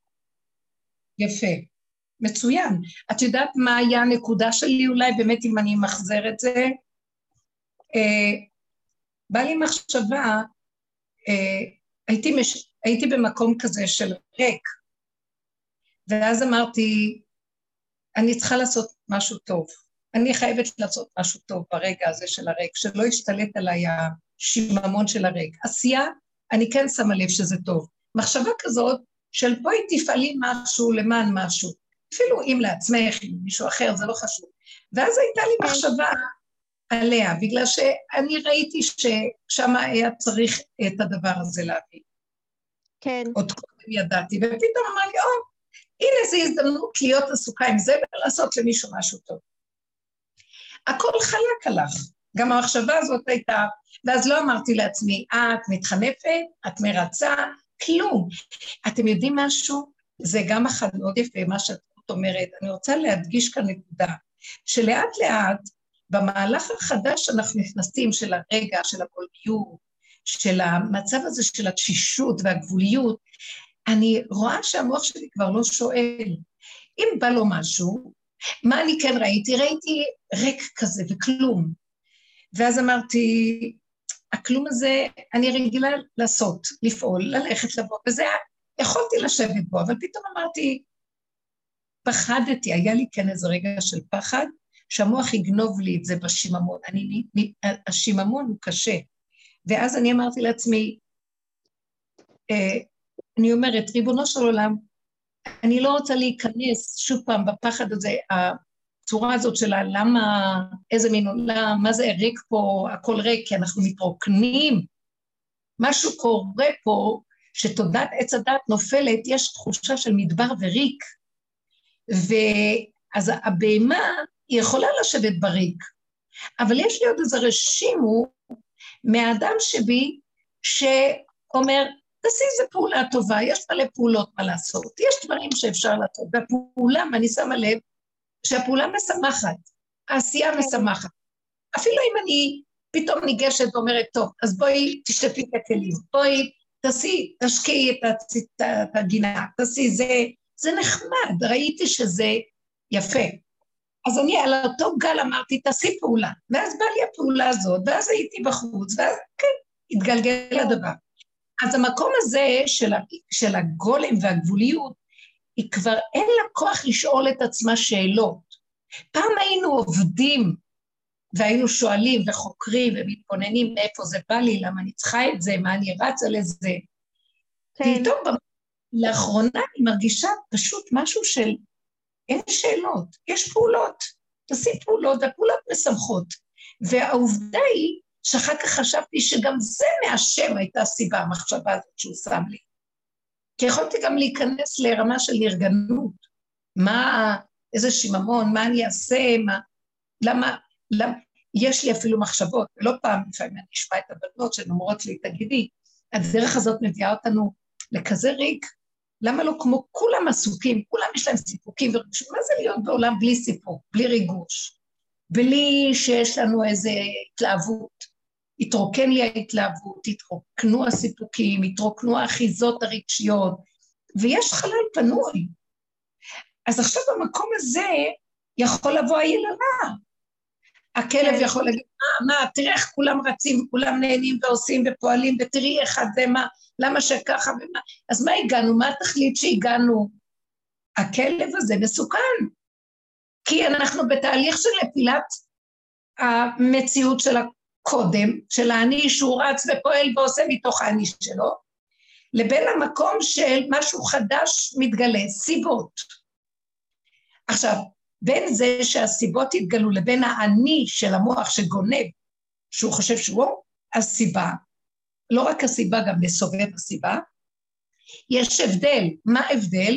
יפה, מצוין. את יודעת מה היה הנקודה שלי אולי, באמת אם אני מחזר את זה? בא לי מחשבה, הייתי במקום כזה של ריק, ואז אמרתי, אני צריכה לעשות משהו טוב. אני חייבת לעשות משהו טוב ברגע הזה של הריק, שלא ישתלט עליי השיממון של הריק. עשייה, אני כן שמה לב שזה טוב. מחשבה כזאת של בואי תפעלי משהו למען משהו, אפילו אם לעצמך, אם מישהו אחר, זה לא חשוב. ואז הייתה לי מחשבה עליה, בגלל שאני ראיתי ששם היה צריך את הדבר הזה להביא. כן. עוד קודם ידעתי, ופתאום אמר לי, הנה זו הזדמנות להיות עסוקה עם זה, ולעשות למישהו משהו טוב. הכל חלק עליך, גם המחשבה הזאת הייתה, ואז לא אמרתי לעצמי, את מתחנפת, את מרצה, כלום. אתם יודעים משהו? זה גם אחד מאוד יפה, מה שאת אומרת, אני רוצה להדגיש כאן נקודה, שלאט לאט, במהלך החדש שאנחנו נכנסים של הרגע, של הגולמיות, של המצב הזה של התשישות והגבוליות, אני רואה שהמוח שלי כבר לא שואל. אם בא לו משהו, מה אני כן ראיתי? ראיתי ריק כזה וכלום. ואז אמרתי, הכלום הזה אני רגילה לעשות, לפעול, ללכת לבוא, וזה יכולתי לשבת בו, אבל פתאום אמרתי, פחדתי, היה לי כן איזה רגע של פחד, שהמוח יגנוב לי את זה בשיממון. השיממון הוא קשה. ואז אני אמרתי לעצמי, אני אומרת, ריבונו של עולם, אני לא רוצה להיכנס שוב פעם בפחד הזה, הצורה הזאת שלה, למה, איזה מין עולם, מה זה ריק פה, הכל ריק, כי אנחנו מתרוקנים. משהו קורה פה, שתודעת עץ הדת נופלת, יש תחושה של מדבר וריק. ואז הבהמה היא יכולה לשבת בריק, אבל יש לי עוד איזה רשימו מהאדם שבי, שאומר, תעשי איזה פעולה טובה, יש מלא פעולות מה לעשות, יש דברים שאפשר לעשות, והפעולה, אני שמה לב, שהפעולה משמחת, העשייה משמחת. אפילו אם אני פתאום ניגשת ואומרת, טוב, אז בואי תשתפי את הכלים, בואי תשקיעי את הגינה, תעשי, זה נחמד, ראיתי שזה יפה. אז אני על אותו גל אמרתי, תעשי פעולה, ואז בא לי הפעולה הזאת, ואז הייתי בחוץ, ואז כן, התגלגל הדבר. אז המקום הזה של הגולם והגבוליות, היא כבר אין לה כוח לשאול את עצמה שאלות. פעם היינו עובדים, והיינו שואלים וחוקרים ומתבוננים מאיפה זה בא לי, למה אני צריכה את זה, מה אני רצה לזה. פתאום לאחרונה אני מרגישה פשוט משהו של אין שאלות, יש פעולות, תעשי פעולות, והפעולות משמחות. והעובדה היא שאחר כך חשבתי שגם זה מהשם הייתה סיבה, המחשבה הזאת שהוא שם לי. כי יכולתי גם להיכנס לרמה של נרגנות. איזה שיממון, מה אני אעשה, למה, יש לי אפילו מחשבות, ולא פעם, לפעמים אני אשמע את הבנות שהן אומרות לי, תגידי, הדרך הזאת מביאה אותנו לכזה ריק, למה לא כמו כולם עסוקים, כולם יש להם סיפוקים ורגושים, מה זה להיות בעולם בלי סיפוק, בלי ריגוש? בלי שיש לנו איזו התלהבות. התרוקן לי ההתלהבות, התרוקנו הסיפוקים, התרוקנו האחיזות הרגשיות, ויש חלל פנוי. אז עכשיו במקום הזה יכול לבוא היללה. הכלב יכול להגיד, מה, תראה איך כולם רצים, כולם נהנים ועושים ופועלים, ותראי איך זה מה, למה שככה ומה, אז מה הגענו? מה התכלית שהגענו? הכלב הזה מסוכן, כי אנחנו בתהליך של נפילת המציאות של הקודם, של האני שהוא רץ ופועל ועושה מתוך האני שלו, לבין המקום של משהו חדש מתגלה, סיבות. עכשיו, בין זה שהסיבות התגלו לבין האני של המוח שגונב, שהוא חושב שהוא הסיבה, לא רק הסיבה, גם מסובב הסיבה, יש הבדל. מה ההבדל?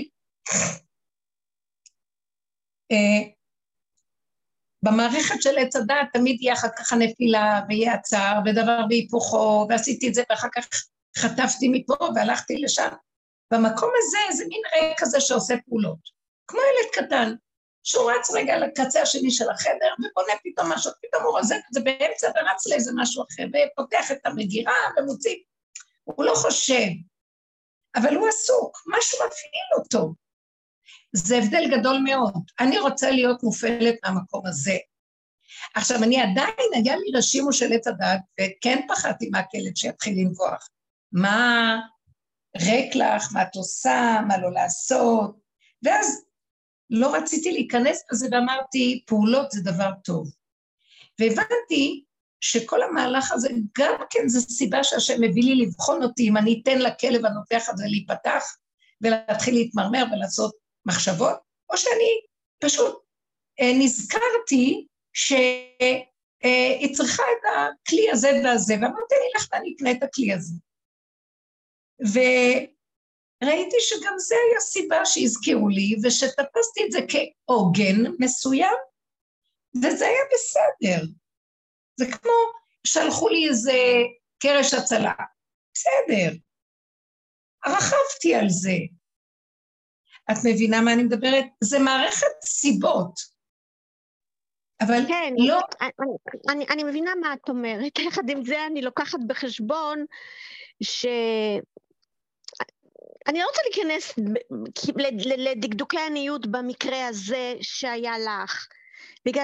במערכת של עץ הדעת תמיד יהיה אחר כך הנפילה ויהיה הצער ודבר והיפוכו, ועשיתי את זה ואחר כך חטפתי מפה והלכתי לשם. במקום הזה זה מין רגע כזה שעושה פעולות, כמו ילד קטן, שהוא רץ רגע לקצה השני של החדר ובונה פתאום משהו, פתאום הוא רוזק את זה באמצע ורץ לאיזה משהו אחר, ופותח את המגירה ומוציא. הוא לא חושב, אבל הוא עסוק, משהו מפעיל אותו. זה הבדל גדול מאוד. אני רוצה להיות מופעלת מהמקום הזה. עכשיו, אני עדיין, היה לי רשימו של עץ הדעת, וכן פחדתי מהכלב שיתחיל לנבוח. מה ריק לך, מה את עושה, מה לא לעשות, ואז לא רציתי להיכנס בזה, ואמרתי, פעולות זה דבר טוב. והבנתי שכל המהלך הזה, גם כן זו סיבה שהשם מביא לי לבחון אותי, אם אני אתן לכלב הנובח הזה להיפתח, ולהתחיל להתמרמר ולעשות מחשבות, או שאני פשוט נזכרתי שהיא צריכה את הכלי הזה והזה, ואמרתי, אני אלך ואני אקנה את הכלי הזה. וראיתי שגם זה היה סיבה שהזכירו לי, ושתפסתי את זה כעוגן מסוים, וזה היה בסדר. זה כמו שלחו לי איזה קרש הצלה. בסדר. רכבתי על זה. את מבינה מה אני מדברת? זה מערכת סיבות. אבל כן, לא... אני מבינה מה את אומרת. יחד עם זה אני לוקחת בחשבון אני לא רוצה להיכנס לדקדוקי עניות במקרה הזה שהיה לך. בגלל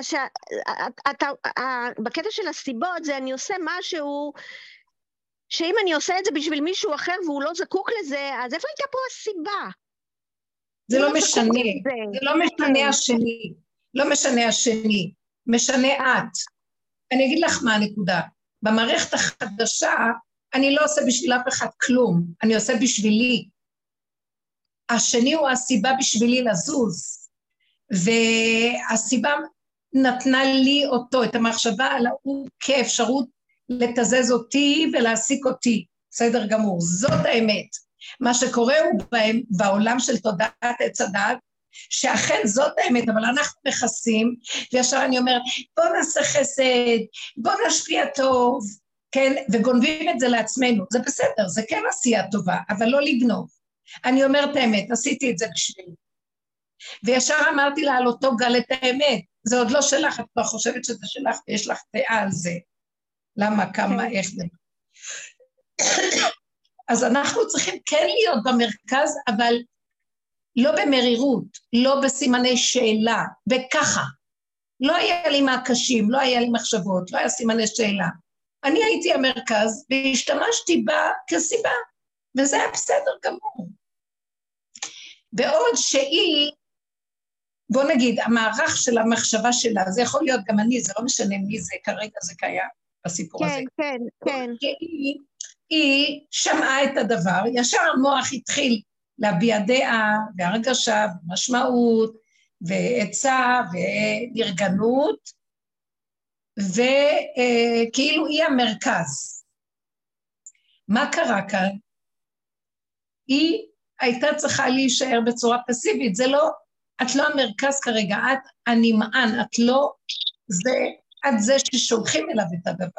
בקטע של הסיבות זה אני עושה משהו שאם אני עושה את זה בשביל מישהו אחר והוא לא זקוק לזה, אז איפה הייתה פה הסיבה? זה לא משנה, זה לא משנה השני, לא משנה השני, משנה את. אני אגיד לך מה הנקודה, במערכת החדשה אני לא עושה בשביל אף אחד כלום, אני עושה בשבילי. השני הוא הסיבה בשבילי לזוז, והסיבה נתנה לי אותו, את המחשבה על הוא כאפשרות לתזז אותי ולהסיק אותי, בסדר גמור, זאת האמת. מה שקורה הוא בעולם של תודעת עץ הדעת, שאכן זאת האמת, אבל אנחנו מכסים, וישר אני אומרת, בוא נעשה חסד, בוא נשפיע טוב, כן, וגונבים את זה לעצמנו, זה בסדר, זה כן עשייה טובה, אבל לא לגנוב. אני אומרת האמת, עשיתי את זה בשבילי. וישר אמרתי לה על אותו גל את האמת, זה עוד לא שלך, את לא חושבת שזה שלך, ויש לך דעה על זה. למה, כמה, איך זה. אז אנחנו צריכים כן להיות במרכז, אבל לא במרירות, לא בסימני שאלה, וככה. לא היה לי מהקשים, לא היה לי מחשבות, לא היה סימני שאלה. אני הייתי המרכז, והשתמשתי בה כסיבה, וזה היה בסדר גמור. בעוד שהיא, בוא נגיד, המערך של המחשבה שלה, זה יכול להיות גם אני, זה לא משנה מי זה, כרגע זה קיים בסיפור הזה. כן, כן. היא שמעה את הדבר, ישר המוח התחיל להביע דעה, והרגשה, ומשמעות, ועצה, ונרגנות, וכאילו היא המרכז. מה קרה כאן? היא הייתה צריכה להישאר בצורה פסיבית, זה לא, את לא המרכז כרגע, את הנמען, את לא, את זה ששולחים אליו את הדבר.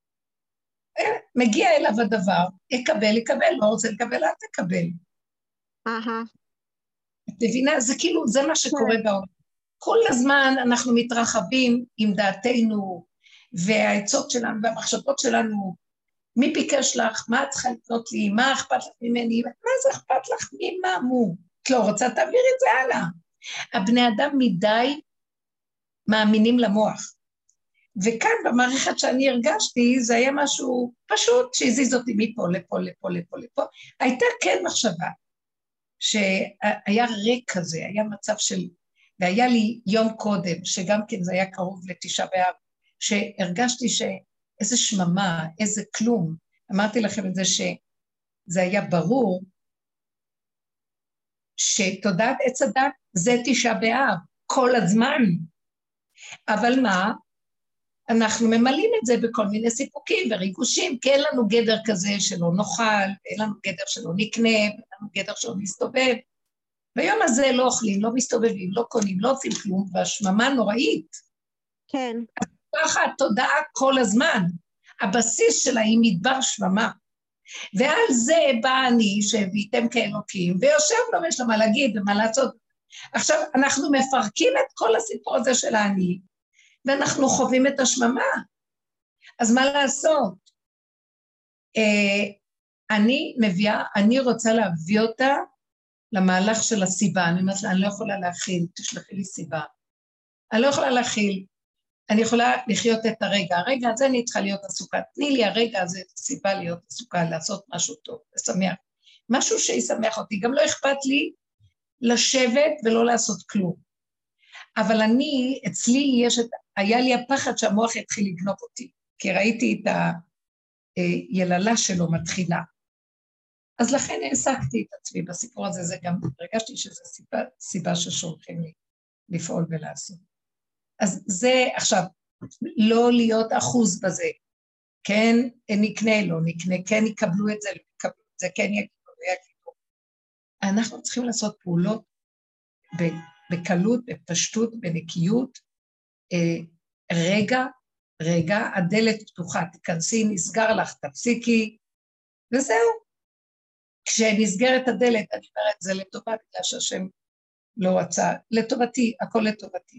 מגיע אליו הדבר, יקבל, לא רוצה לקבל, את תקבל. את מבינה? זה כאילו, זה מה שקורה בעולם. כל הזמן אנחנו מתרחבים עם דעתנו, והעצות שלנו והמחשבות שלנו, מי ביקש לך, מה את צריכה לקנות לי, מה אכפת לך ממני, מה זה אכפת לך, מי מה מו, את לא רוצה, תעביר את זה הלאה. הבני אדם מדי מאמינים למוח. וכאן במערכת שאני הרגשתי, זה היה משהו פשוט שהזיז אותי מפה, לפה, לפה, לפה, לפה. הייתה כן מחשבה, שהיה ריק כזה, היה מצב של, והיה לי יום קודם, שגם כן זה היה קרוב לתשעה באב, שהרגשתי שאיזה שממה, איזה כלום. אמרתי לכם את זה שזה היה ברור, שתודעת עץ הדת זה תשעה באב, כל הזמן. אבל מה? אנחנו ממלאים את זה בכל מיני סיפוקים וריגושים, כי אין לנו גדר כזה שלא נאכל, אין לנו גדר שלא נקנה, אין לנו גדר שלא נסתובב. ביום הזה לא אוכלים, לא מסתובבים, לא קונים, לא עושים כלום, והשממה נוראית. כן. ככה התודעה כל הזמן, הבסיס שלה היא מדבר שממה. ועל זה בא אני שהביאתם כאלוקים, ויושב לו ויש לו מה להגיד ומה לעשות. עכשיו אנחנו מפרקים את כל הסיפור הזה של האני, ואנחנו חווים את השממה. אז מה לעשות? אני רוצה להביא אותה למהלך של הסיבה. אני אומרת לה, אני לא יכולה להכיל, תשלחי לי סיבה. אני לא יכולה להכיל, אני יכולה לחיות את הרגע הזה אני צריכה להיות עסוקה. תני לי הרגע הזה סיבה להיות עסוקה, לעשות משהו טוב, לשמח. משהו שישמח אותי. גם לא אכפת לי לשבת ולא לעשות כלום. אבל אצלי היה לי הפחד שהמוח יתחיל לגנוב אותי, כי ראיתי את היללה שלו מתחילה. אז לכן העסקתי את עצמי בסיפור הזה, זה גם הרגשתי שזו סיבה ששולחים לי לפעול ולעשות. אז זה עכשיו, לא להיות אחוז בזה, כן נקנה, לא נקנה, כן יקבלו את זה, לא יקבלו את זה, כן יגידו, לא יגידו. אנחנו צריכים לעשות פעולות בקלות, בפשטות, בנקיות, רגע, הדלת פתוחה, תכנסי, נסגר לך, תפסיקי, וזהו. כשנסגרת הדלת, אני אומרת, זה לטובה, בגלל שהשם לא רצה, לטובתי, הכל לטובתי.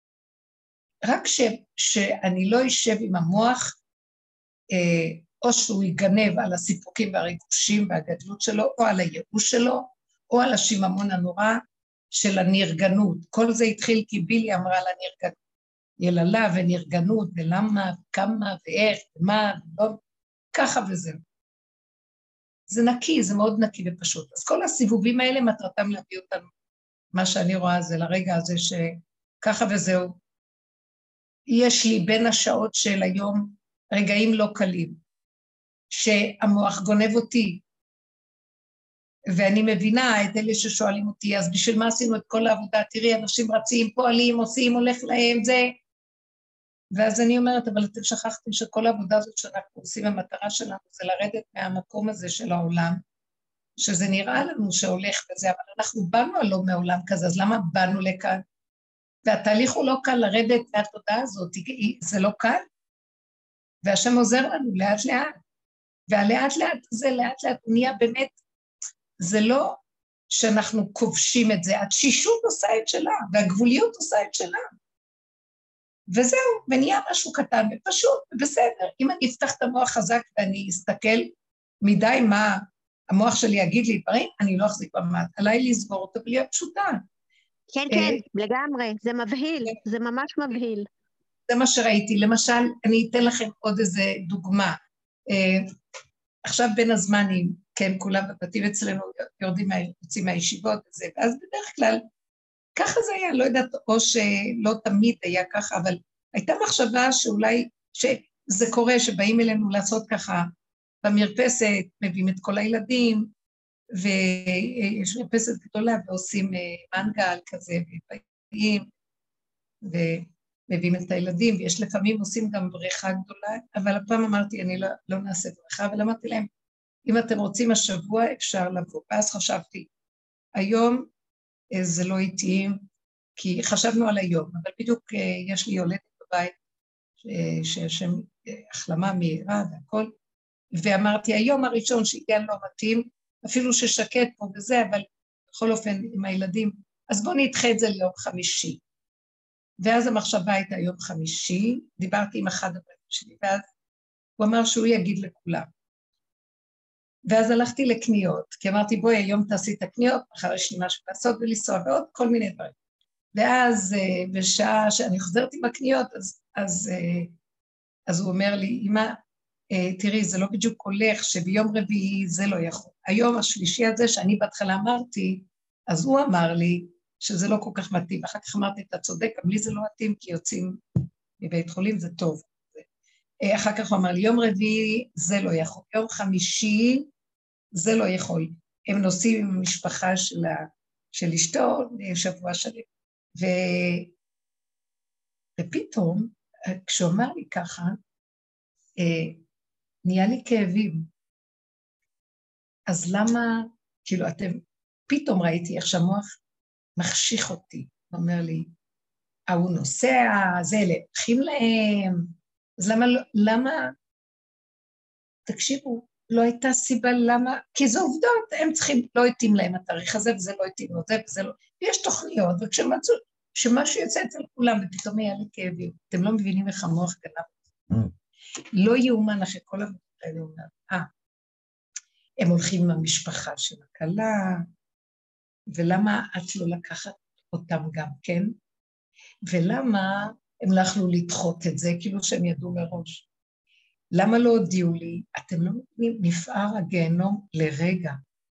רק שאני לא יישב עם המוח, או שהוא יגנב על הסיפוקים והריגושים והגדלות שלו, או על הייאוש שלו, או על השיממון הנורא של הנרגנות. כל זה התחיל כי בילי אמרה לה נרגנות. יללה ונרגנות, ולמה, כמה, ואיך, ומה, ולא, ככה וזהו. זה נקי, זה מאוד נקי ופשוט. אז כל הסיבובים האלה מטרתם להביא אותנו. מה שאני רואה זה לרגע הזה שככה וזהו. יש לי בין השעות של היום רגעים לא קלים, שהמוח גונב אותי, ואני מבינה את אלה ששואלים אותי, אז בשביל מה עשינו את כל העבודה? תראי, אנשים רצים, פועלים, עושים, הולך להם, זה. ואז אני אומרת, אבל אתם שכחתם שכל העבודה הזאת שאנחנו עושים, המטרה שלנו זה לרדת מהמקום הזה של העולם, שזה נראה לנו שהולך וזה, אבל אנחנו באנו לא מהעולם כזה, אז למה באנו לכאן? והתהליך הוא לא קל לרדת מהתודעה הזאת, זה לא קל, והשם עוזר לנו לאט לאט, והלאט לאט זה לאט לאט הוא נהיה באמת, זה לא שאנחנו כובשים את זה, התשישות עושה את שלה, והגבוליות עושה את שלה, וזהו, ונהיה משהו קטן ופשוט, ובסדר, אם אני אפתח את המוח חזק ואני אסתכל מדי מה המוח שלי יגיד לי דברים, אני לא אחזיק במעט, עליי לסגור אותו ולהיות פשוטה. כן, כן, לגמרי, זה מבהיל, זה ממש מבהיל. זה מה שראיתי, למשל, אני אתן לכם עוד איזה דוגמה, עכשיו בין הזמנים, כן, כולם בבתים אצלנו יוצאים מהישיבות וזה, ואז בדרך כלל, ככה זה היה, לא יודעת, או שלא תמיד היה ככה, אבל הייתה מחשבה שאולי, שזה קורה, שבאים אלינו לעשות ככה, במרפסת, מביאים את כל הילדים, ויש מרפסת גדולה, ועושים מנגל כזה, ובאים, ומביאים את הילדים, ויש לפעמים עושים גם בריכה גדולה, אבל הפעם אמרתי, אני לא נעשה בריכה, אבל אמרתי להם, אם אתם רוצים השבוע, אפשר לבוא. ואז חשבתי, היום זה לא איטיים, כי חשבנו על היום, אבל בדיוק יש לי יולדת בבית, שהשם החלמה מהירה והכל, ואמרתי, היום הראשון שהגיע לא מתאים, אפילו ששקט פה וזה, אבל בכל אופן עם הילדים, אז בואו נדחה את זה ליום חמישי. ואז המחשבה הייתה יום חמישי, דיברתי עם אחד הבנים שלי, ואז הוא אמר שהוא יגיד לכולם. ואז הלכתי לקניות, כי אמרתי, בואי, היום תעשי את הקניות, מחר יש לי משהו לעשות ולנסוע, ועוד כל מיני דברים. ואז בשעה שאני חוזרת עם הקניות, אז הוא אומר לי, אמא, תראי, זה לא בדיוק הולך, שביום רביעי זה לא יכול. היום השלישי הזה שאני בהתחלה אמרתי, אז הוא אמר לי שזה לא כל כך מתאים. אחר כך אמרתי, אתה צודק, גם לי זה לא מתאים, כי יוצאים מבית חולים, זה טוב. אחר כך הוא אמר לי, יום רביעי זה לא יכול. יום חמישי זה לא יכול. הם נוסעים עם המשפחה של אשתו, שבוע שלם. ופתאום, כשהוא אמר לי ככה, נהיה לי כאבים. אז למה, כאילו פתאום ראיתי איך שהמוח מחשיך אותי, הוא אומר לי, הוא נוסע, זה לקחים להם, אז למה, תקשיבו, לא הייתה סיבה למה, כי זה עובדות, הם צריכים, לא התאים להם התאריך הזה, וזה לא התאים לו זה, וזה לא, ויש תוכניות, וכשמצאו, שמשהו יוצא אצל כולם, ופתאום היה לי כאבים, אתם לא מבינים איך המוח גנב. לא יאומן אחרי כל עבודת האלה, הוא אומר, הם הולכים עם המשפחה של הכלה, ולמה את לא לקחת אותם גם כן? ולמה הם לא יכלו לדחות את זה, כאילו שהם ידעו מראש? למה לא הודיעו לי? אתם לא מבינים, נפער הגיהנום לרגע.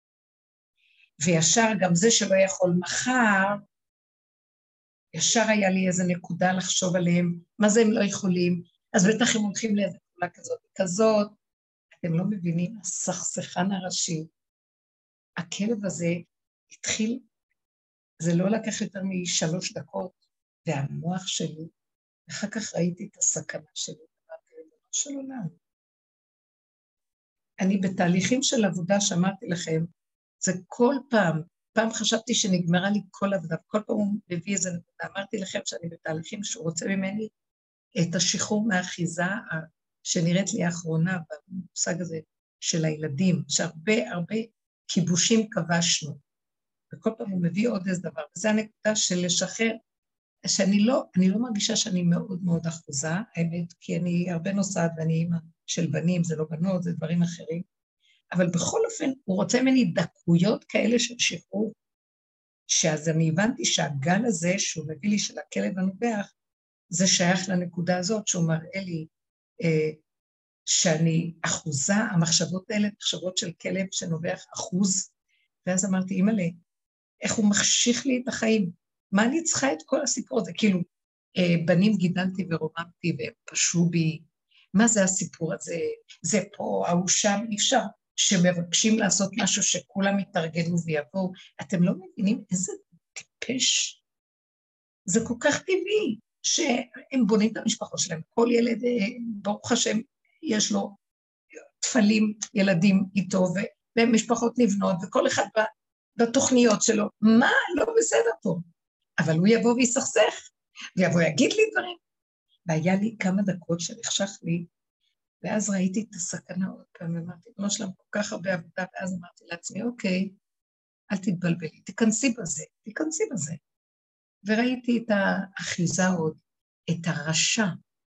וישר גם זה שלא יכול מחר, ישר היה לי איזו נקודה לחשוב עליהם, מה זה הם לא יכולים? אז בטח הם הולכים לאיזו פעולה כזאת, אתם לא מבינים, הסכסכן הראשי, הכלב הזה התחיל, זה לא לקח יותר מ3 דקות, והמוח שלי, אחר כך ראיתי את הסכנה שלי, אמרתי, ריבונו של עולם. אני בתהליכים של עבודה שאמרתי לכם, זה כל פעם חשבתי שנגמרה לי כל עבודה, כל פעם הוא מביא איזה נקודה, אמרתי לכם שאני בתהליכים שהוא רוצה ממני את השחרור מהאחיזה שנראית לי האחרונה במושג הזה של הילדים, שהרבה כיבושים כבשנו, וכל פעם הוא מביא עוד איזה דבר, וזה הנקודה של לשחרר, שאני לא מרגישה שאני מאוד מאוד אחוזה, האמת, כי אני הרבה נוסעת ואני אימא של בנים, זה לא בנות, זה דברים אחרים, אבל בכל אופן הוא רוצה ממני דקויות כאלה של שחרור, שאז אני הבנתי שהגל הזה שהוא מביא לי של הכלב הנובח, זה שייך לנקודה הזאת שהוא מראה לי שאני אחוזה, המחשבות האלה, מחשבות של כלב שנובח אחוז, ואז אמרתי, אימא'לה, איך הוא מחשיך לי את החיים, מה אני צריכה את כל הסיפור הזה? כאילו, בנים גידלתי ורוממתי והם פשעו בי, מה זה הסיפור הזה? זה פה, ההוא שם, אי אפשר שמבקשים לעשות משהו שכולם יתארגנו ויבואו, אתם לא מבינים איזה טיפש, זה כל כך טבעי, שהם בונים את המשפחות שלהם, כל ילד, ברוך השם, יש לו תפלים ילדים איתו, ומשפחות נבנות, וכל אחד בתוכניות שלו, מה לא בסדר פה? אבל הוא יבוא ויסכסך, ויבוא יגיד לי דברים. והיה לי כמה דקות שנחשך לי, ואז ראיתי את הסכנה עוד פעם, ואמרתי, לא שלם כל כך הרבה עבודה, ואז אמרתי לעצמי, אוקיי, אל תתבלבלי, תיכנסי בזה. וראיתי את האחיזה עוד, את הרשע,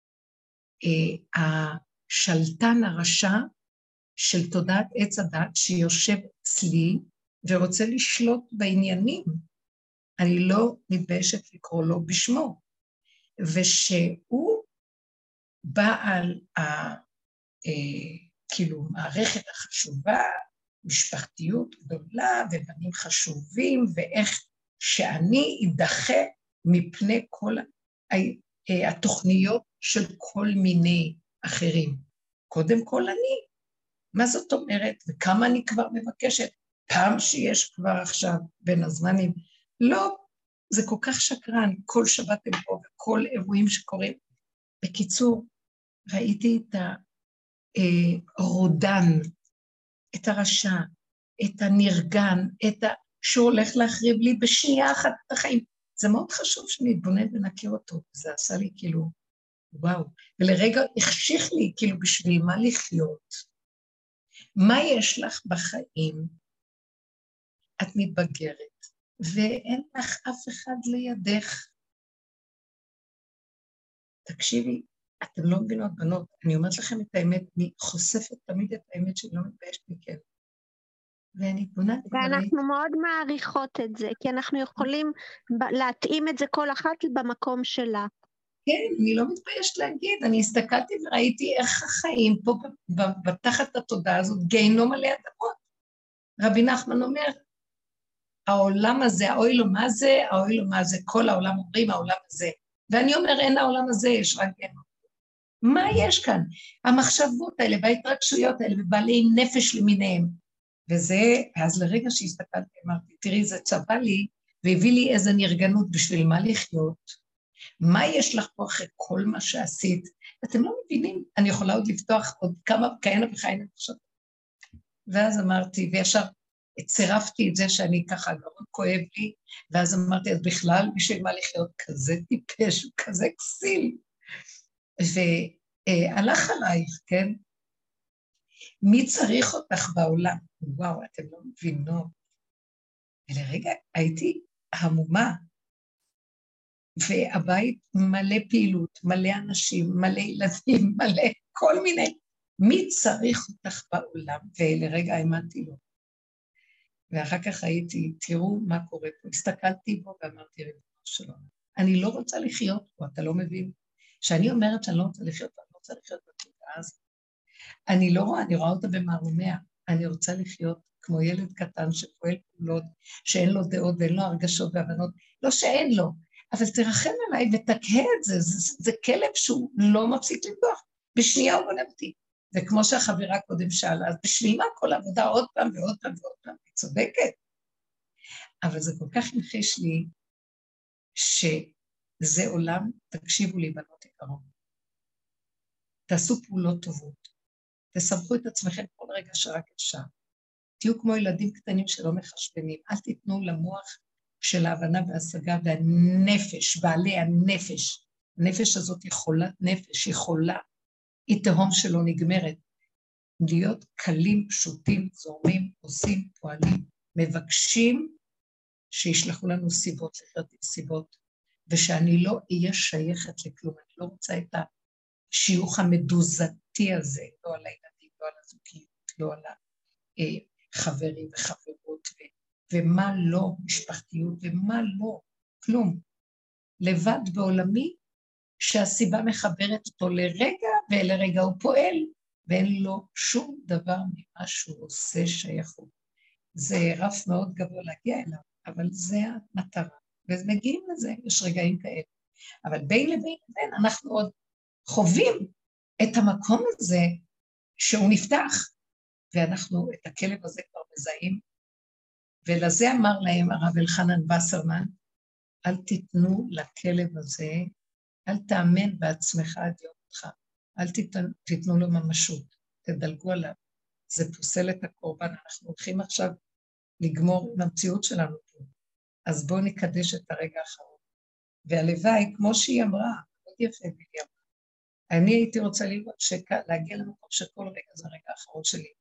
השלטן הרשע של תודעת עץ הדת שיושב אצלי ורוצה לשלוט בעניינים. אני לא מתביישת לקרוא לו בשמו. ושהוא בעל כאילו מערכת החשובה, משפחתיות גדולה ובנים חשובים, ואיך שאני אדחה מפני כל התוכניות של כל מיני אחרים. קודם כל אני. מה זאת אומרת? וכמה אני כבר מבקשת? פעם שיש כבר עכשיו בין הזמנים. לא, זה כל כך שקרן, כל שבת הם פה וכל אירועים שקורים. בקיצור, ראיתי את הרודן, את הרשע, את הנרגן, שהוא הולך להחריב לי בשנייה אחת את החיים. זה מאוד חשוב שנתבונן ונכיר אותו, זה עשה לי כאילו, וואו, ולרגע החשיך לי כאילו בשביל מה לחיות. מה יש לך בחיים? את מתבגרת, ואין לך אף אחד לידך. תקשיבי, אתם לא מבינות בנות, אני אומרת לכם את האמת, אני חושפת תמיד את האמת שאני לא מתביישת מכם. ואני פונה... ואנחנו מאוד מעריכות את זה, כי אנחנו יכולים להתאים את זה כל אחת במקום שלה. כן, אני לא מתביישת להגיד, אני הסתכלתי וראיתי איך החיים פה בתחת התודעה הזאת, גיהנום מלא אדמות. רבי נחמן אומר, העולם הזה, האוי לו מה זה, האוי לו מה זה, כל העולם אומרים העולם הזה. ואני אומר, אין העולם הזה, יש רק גיהנום. מה יש כאן? המחשבות האלה וההתרגשויות האלה ובעלי נפש למיניהם. וזה, אז לרגע שהסתכלתי, אמרתי, תראי, זה צבע לי והביא לי איזה נרגנות בשביל מה לחיות. מה יש לך פה אחרי כל מה שעשית? אתם לא מבינים, אני יכולה עוד לפתוח עוד כהנה וכהנה עכשיו. ואז אמרתי, וישר צירפתי את זה שאני ככה מאוד כואב לי, ואז אמרתי, אז בכלל, בשביל מה לחיות כזה טיפש, כזה כסיל. והלך עלייך, כן? מי צריך אותך בעולם? וואו, אתם לא מבינות. ולרגע הייתי המומה, והבית מלא פעילות, מלא אנשים, מלא ילדים, מלא כל מיני. מי צריך אותך בעולם? ולרגע האמנתי לו. ואחר כך הייתי, תראו מה קורה פה. הסתכלתי בו ואמרתי, ריבונו שלום, אני לא רוצה לחיות פה, אתה לא מבין? שאני אומרת שאני לא רוצה לחיות פה, אני לא רוצה לחיות בתודעה הזאת. אני לא רואה, אני רואה אותה במערומיה. אני רוצה לחיות כמו ילד קטן שפועל פעולות, שאין לו דעות ואין לו הרגשות והבנות. לא שאין לו, אבל תרחם עליי ותקהה את זה. זה כלב שהוא לא מפסיק לבדוח. בשנייה הוא גונב אותי. וכמו שהחברה קודם שאלה, אז בשביל מה כל העבודה עוד פעם ועוד פעם ועוד פעם? היא צודקת. אבל זה כל כך המחיש לי, שזה עולם, תקשיבו לי בנות יקרות. תעשו פעולות טובות. תסמכו את עצמכם כל רגע שרק אפשר. תהיו כמו ילדים קטנים שלא מחשבנים. אל תיתנו למוח של ההבנה וההשגה והנפש, בעלי הנפש. הנפש הזאת היא חולת נפש, היא חולה. היא תהום שלא נגמרת. להיות קלים, פשוטים, זורמים, עושים, פועלים, מבקשים שישלחו לנו סיבות, לחיות עם סיבות, ושאני לא אהיה שייכת לכלום. אני לא רוצה את השיוך המדוזתי הזה, לא על הילדים, לא על הזוגיות, לא על החברים וחברות, ומה לא, משפחתיות, ומה לא, כלום. לבד בעולמי, שהסיבה מחברת אותו לרגע, ולרגע הוא פועל, ואין לו שום דבר ממה שהוא עושה שייכות. זה רף מאוד גבוה להגיע אליו, אבל זה המטרה, ומגיעים לזה, יש רגעים כאלה. אבל בין לבין אנחנו עוד חווים את המקום הזה שהוא נפתח, ואנחנו את הכלב הזה כבר מזהים, ולזה אמר להם הרב אלחנן בסרמן, אל תיתנו לכלב הזה, אל תאמן בעצמך עד יום אותך, אל תיתנו לו ממשות, תדלגו עליו, זה פוסל את הקורבן, אנחנו הולכים עכשיו לגמור עם המציאות שלנו פה, אז בואו נקדש את הרגע האחרון, והלוואי, כמו שהיא אמרה, מאוד יפה והיא אמרה, אני הייתי רוצה להגיע למקום שכל רגע זה הרגע האחרון שלי,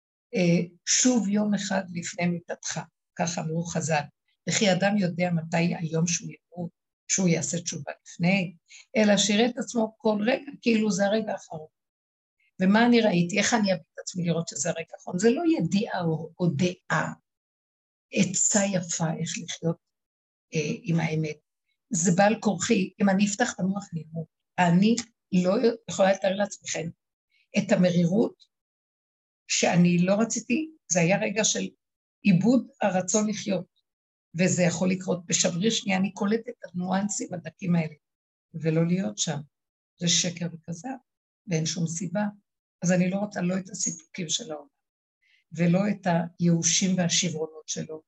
שוב יום אחד לפני מיתתך, ככה אמרו חז"ל, וכי אדם יודע מתי היום שהוא ימות, שהוא יעשה תשובה לפני, אלא שיראה את עצמו כל רגע, כאילו זה הרגע האחרון. ומה אני ראיתי? איך אני אביא את עצמי לראות שזה הרגע האחרון? זה לא ידיעה או דעה, עצה יפה איך לחיות עם האמת. זה בעל כורחי, אם אני אפתח את המוח נרמות, אני לא יכולה לתאר לעצמכם את המרירות שאני לא רציתי, זה היה רגע של איבוד הרצון לחיות. וזה יכול לקרות בשברי שנייה, אני קולטת את הנואנסים הדקים האלה, ולא להיות שם. זה שקר וכזב, ואין שום סיבה. אז אני לא רוצה לא את הסיפוקים של העולם, ולא את הייאושים והשברונות שלו,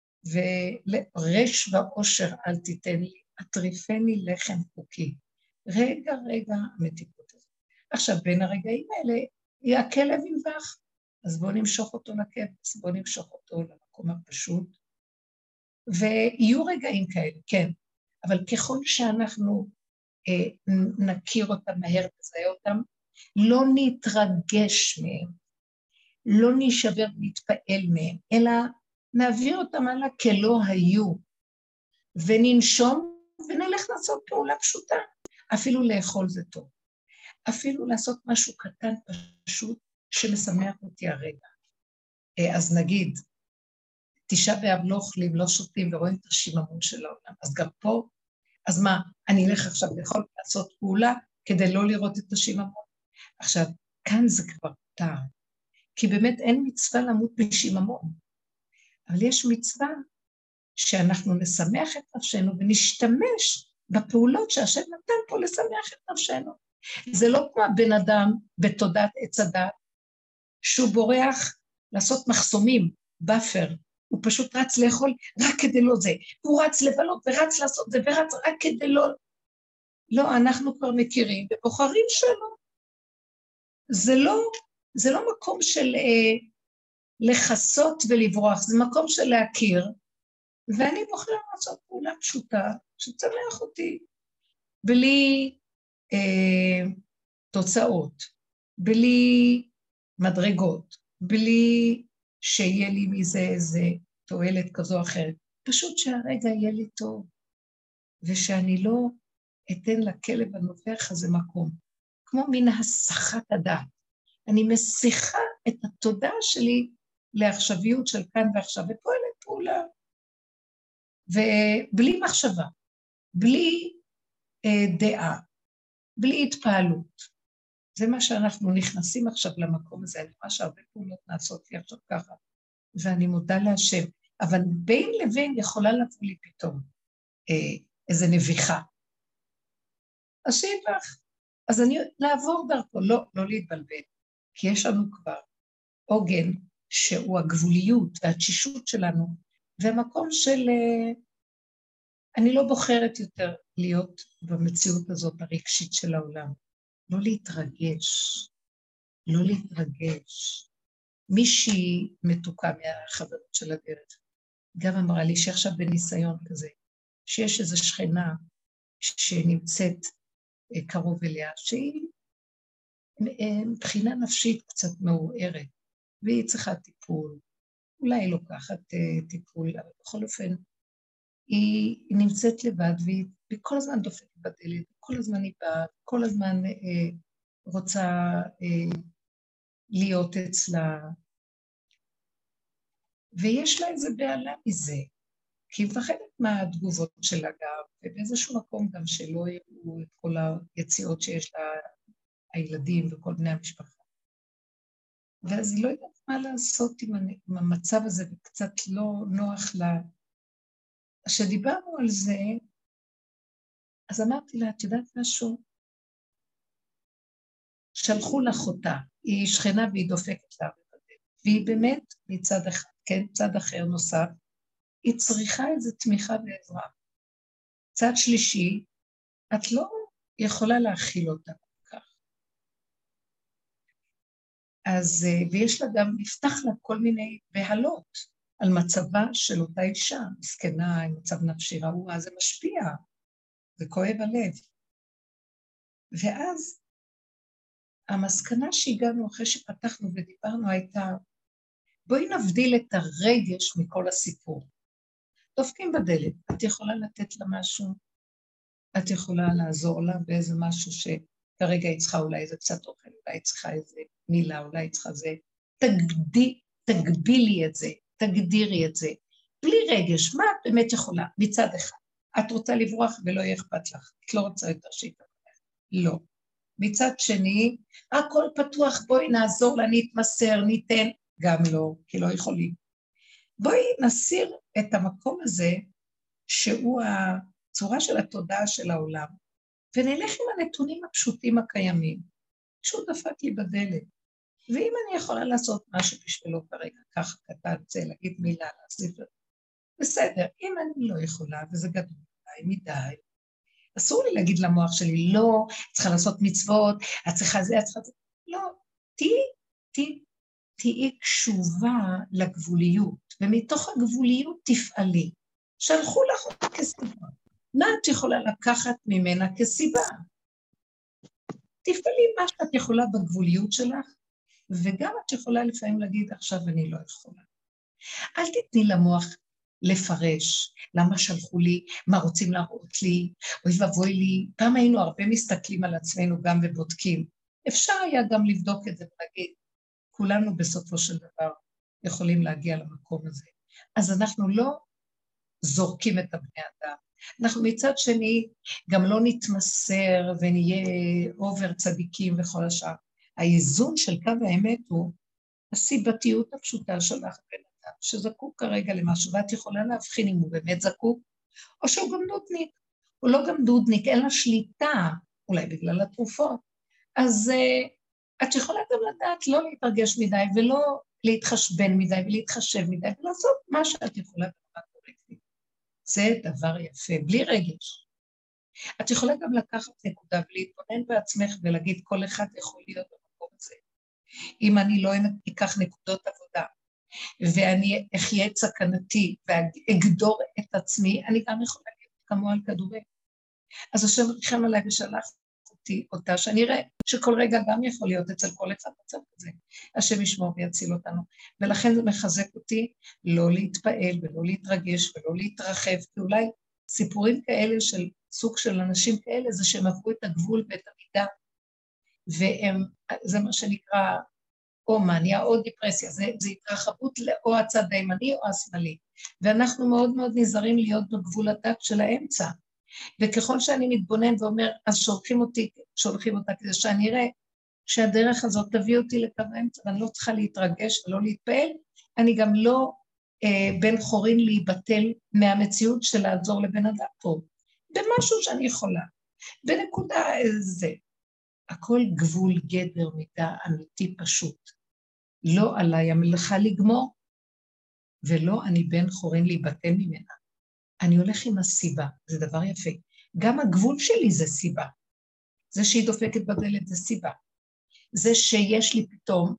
ורש ואושר אל תיתן לי, אטריפני לחם חוקי. רגע, המתיקות הזאת. עכשיו, בין הרגעים האלה, יהיה הכלב ינבח, אז בואו נמשוך אותו לכבש, בואו נמשוך אותו למקום הפשוט, ויהיו רגעים כאלה, כן, אבל ככל שאנחנו נכיר אותם מהר, נזהה אותם, לא נתרגש מהם, לא נשבר ונתפעל מהם, אלא נעביר אותם הלאה כלא היו, וננשום ונלך לעשות פעולה פשוטה. אפילו לאכול זה טוב. אפילו לעשות משהו קטן פשוט שמשמח אותי הרגע. אז נגיד, 9 באב לא אוכלים, לא שותים ורואים את השיממון של העולם. אז גם פה, אז מה, אני אלך עכשיו לאכול לעשות פעולה כדי לא לראות את השיממון. עכשיו, כאן זה כבר טעם, כי באמת אין מצווה למות בשיממון, אבל יש מצווה שאנחנו נשמח את נפשנו ונשתמש בפעולות שהשם נתן פה לשמח את נפשנו. זה לא כמו הבן אדם בתודעת עץ הדת, שהוא בורח לעשות מחסומים, באפר, הוא פשוט רץ לאכול רק כדי לא זה, הוא רץ לבלות ורץ לעשות זה ורץ רק כדי לא, לא, אנחנו כבר מכירים ובוחרים שלו. זה לא מקום של לחסות ולברוח, זה מקום של להכיר, ואני בוחר לעשות פעולה פשוטה שצמח אותי, בלי תוצאות, בלי מדרגות, בלי שיהיה לי מזה איזה תועלת כזו או אחרת, פשוט שהרגע יהיה לי טוב, ושאני לא אתן לכלב הנובח הזה מקום, כמו מן הסחת הדעת. אני מסיחה את התודעה שלי לעכשוויות של כאן ועכשיו, ופועלת פעולה, ובלי מחשבה, בלי דעה, בלי התפעלות. זה מה שאנחנו נכנסים עכשיו למקום הזה, אני רואה שהרבה פעולות נעשות לי עכשיו ככה, ואני מודה להשם, אבל בין לבין יכולה לבוא לי פתאום איזה נביחה. אז שיבח, אז אני לעבור דרכו, לא להתבלבל, כי יש לנו כבר עוגן שהוא הגבוליות והתשישות שלנו, והמקום של אני לא בוחרת יותר להיות במציאות הזאת הרגשית של העולם. לא להתרגש, לא להתרגש. מישהי מתוקה מהחברות של הדרך, גם אמרה לי שעכשיו בניסיון כזה, שיש איזו שכנה שנמצאת קרוב אליה, שהיא מבחינה נפשית קצת מעורערת, והיא צריכה טיפול, אולי היא לוקחת טיפול, אבל בכל אופן, היא נמצאת לבד, והיא כל הזמן דופקת בדלת, כל הזמן היא באה, כל הזמן רוצה להיות אצלה, ויש לה איזה בעלה מזה, כי היא מפחדת מהתגובות של הגב, ובאיזשהו מקום גם שלא יראו את כל היציאות שיש לה הילדים וכל בני המשפחה. ואז היא לא יודעת מה לעשות עם המצב הזה, וקצת לא נוח לה. כשדיברנו על זה, אז אמרתי לה, את יודעת משהו? שלחו לך אותה, היא שכנה והיא דופקת לה בדלת, והיא באמת מצד אחד, כן, צד אחר נוסף, היא צריכה איזו תמיכה ועזרה. צד שלישי, את לא יכולה להכיל אותה כל כך. אז, ויש לה גם, נפתח לה כל מיני בהלות על מצבה של אותה אישה, מסכנה, עם מצב נפשי רעוע, זה משפיע, זה כואב הלב. ואז, המסקנה שהגענו אחרי שפתחנו ודיברנו הייתה, בואי נבדיל את הרגש מכל הסיפור. דופקים בדלת, את יכולה לתת לה משהו, את יכולה לעזור לה באיזה משהו שכרגע היא צריכה אולי איזה קצת אוכל, אולי היא צריכה איזה מילה, אולי היא צריכה זה, תגבילי את זה, תגדירי את זה, בלי רגש, מה את באמת יכולה? מצד אחד, את רוצה לברוח ולא יהיה אכפת לך, את לא רוצה יותר שהיא תברח, לא. מצד שני, הכל פתוח, בואי נעזור לה, נתמסר, ניתן, גם לא, כי לא יכולים. בואי נסיר את המקום הזה, שהוא הצורה של התודעה של העולם, ונלך עם הנתונים הפשוטים הקיימים, שהוא דפק לי בדלת. ואם אני יכולה לעשות משהו בשבילו כרגע, ככה קטן, זה להגיד מילה, להוסיף, בסדר, אם אני לא יכולה, וזה גדול מדי, אסור לי להגיד למוח שלי, לא, צריכה לעשות מצוות, את צריכה זה, את צריכה זה, לא, תהיי קשובה לגבוליות, ומתוך הגבוליות תפעלי. שלחו לך אותה כסיבה. מה את יכולה לקחת ממנה כסיבה? תפעלי מה שאת יכולה בגבוליות שלך, וגם את יכולה לפעמים להגיד, עכשיו אני לא יכולה. אל תתני למוח לפרש, למה שלחו לי, מה רוצים להראות לי, אוי ואבוי לי. פעם היינו הרבה מסתכלים על עצמנו גם ובודקים. אפשר היה גם לבדוק את זה ולהגיד, כולנו בסופו של דבר יכולים להגיע למקום הזה. אז אנחנו לא זורקים את הבני אדם. אנחנו מצד שני גם לא נתמסר ונהיה אובר צדיקים וכל השאר. האיזון של קו האמת הוא הסיבתיות הפשוטה שלך בן אדם, שזקוק כרגע למשהו, ואת יכולה להבחין אם הוא באמת זקוק, או שהוא גם דודניק. הוא לא גם דודניק, אין לה שליטה, אולי בגלל התרופות. אז את יכולה גם לדעת לא להתרגש מדי, ולא להתחשבן מדי, ולהתחשב מדי, ולעשות מה שאת יכולה ברמה קורקטית. זה דבר יפה, בלי רגש. את יכולה גם לקחת נקודה, ולהתבונן בעצמך, ולהגיד כל אחד יכול להיות במקום הזה. אם אני לא אקח נקודות עבודה, ואני אחיה את סכנתי, ואגדור את עצמי, אני גם יכולה להיות כמו על כדורי. אז השם רחם עליי ושלח אותה, שאני אראה שכל רגע גם יכול להיות אצל כל אחד מצב כזה. השם ישמור ויציל אותנו. ולכן זה מחזק אותי לא להתפעל ולא להתרגש ולא להתרחב, כי אולי סיפורים כאלה של סוג של אנשים כאלה, זה שהם עברו את הגבול ואת המידה, וזה מה שנקרא או מניה או דיפרסיה, זה התרחבות או הצד הימני או השמאלי, ואנחנו מאוד מאוד נזהרים להיות בגבול הדק של האמצע, וככל שאני מתבונן ואומר, אז שולחים אותה כדי שאני אראה שהדרך הזאת תביא אותי לקו האמצע, ואני לא צריכה להתרגש ולא להתפעל, אני גם לא בין חורין להיבטל מהמציאות של לעזור לבן אדם פה, במשהו שאני יכולה, בנקודה זה, הכל גבול גדר מידה אמיתי פשוט, לא עליי המלאכה לגמור, ולא אני בין חורין להיבטל ממנה, אני הולך עם הסיבה, זה דבר יפה, גם הגבול שלי זה סיבה, זה שהיא דופקת בדלת זה סיבה, זה שיש לי פתאום,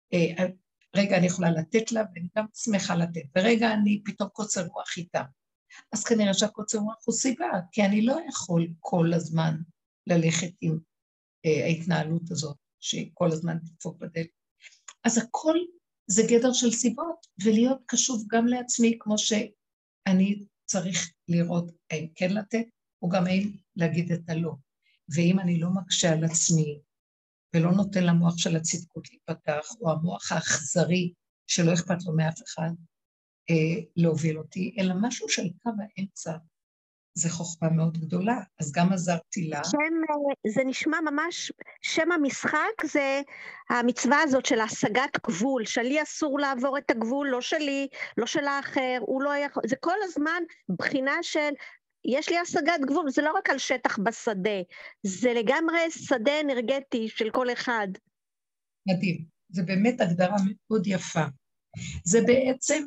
רגע אני יכולה לתת לה, ואני גם שמחה לתת, ורגע אני פתאום קוצר רוח איתה, אז כנראה שהקוצר רוח הוא סיבה, כי אני לא יכול כל הזמן ללכת עם ההתנהלות הזאת, שכל הזמן תדפוק בדלת. אז הכל זה גדר של סיבות, ולהיות קשוב גם לעצמי, כמו שאני צריך לראות האם כן לתת, או גם האם להגיד את הלא. ואם אני לא מקשה על עצמי, ולא נותן למוח של הצדקות להיפתח, או המוח האכזרי, שלא אכפת לו מאף אחד, להוביל אותי, אלא משהו של קו האמצע, זה חוכמה מאוד גדולה, אז גם עזרתי לה. זה נשמע ממש, שם המשחק זה המצווה הזאת של השגת גבול, שלי אסור לעבור את הגבול, לא שלי, לא של האחר, הוא לא יכול, זה כל הזמן בחינה של, יש לי השגת גבול, זה לא רק על שטח בשדה, זה לגמרי שדה אנרגטי של כל אחד. מדהים, זה באמת הגדרה מאוד יפה. זה בעצם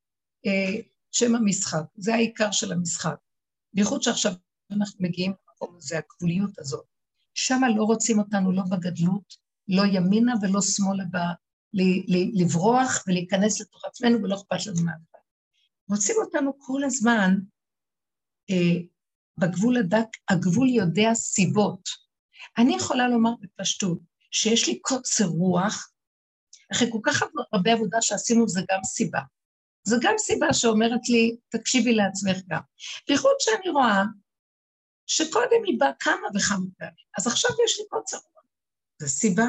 שם המשחק, זה העיקר של המשחק. בייחוד שעכשיו אנחנו מגיעים למקום הזה, הגבוליות הזאת. שם לא רוצים אותנו, לא בגדלות, לא ימינה ולא שמאלה, לברוח ולהיכנס לתוך עצמנו ולא אכפת לנו מהדבר. רוצים אותנו כל הזמן בגבול הדק, הגבול יודע סיבות. אני יכולה לומר בפשטות, שיש לי קוצר רוח, אחרי כל כך הרבה עבודה שעשינו זה גם סיבה. זו גם סיבה שאומרת לי, תקשיבי לעצמך גם. בייחוד שאני רואה שקודם היא באה כמה וכמה פעמים, אז עכשיו יש לי קוצר רוח. זו סיבה.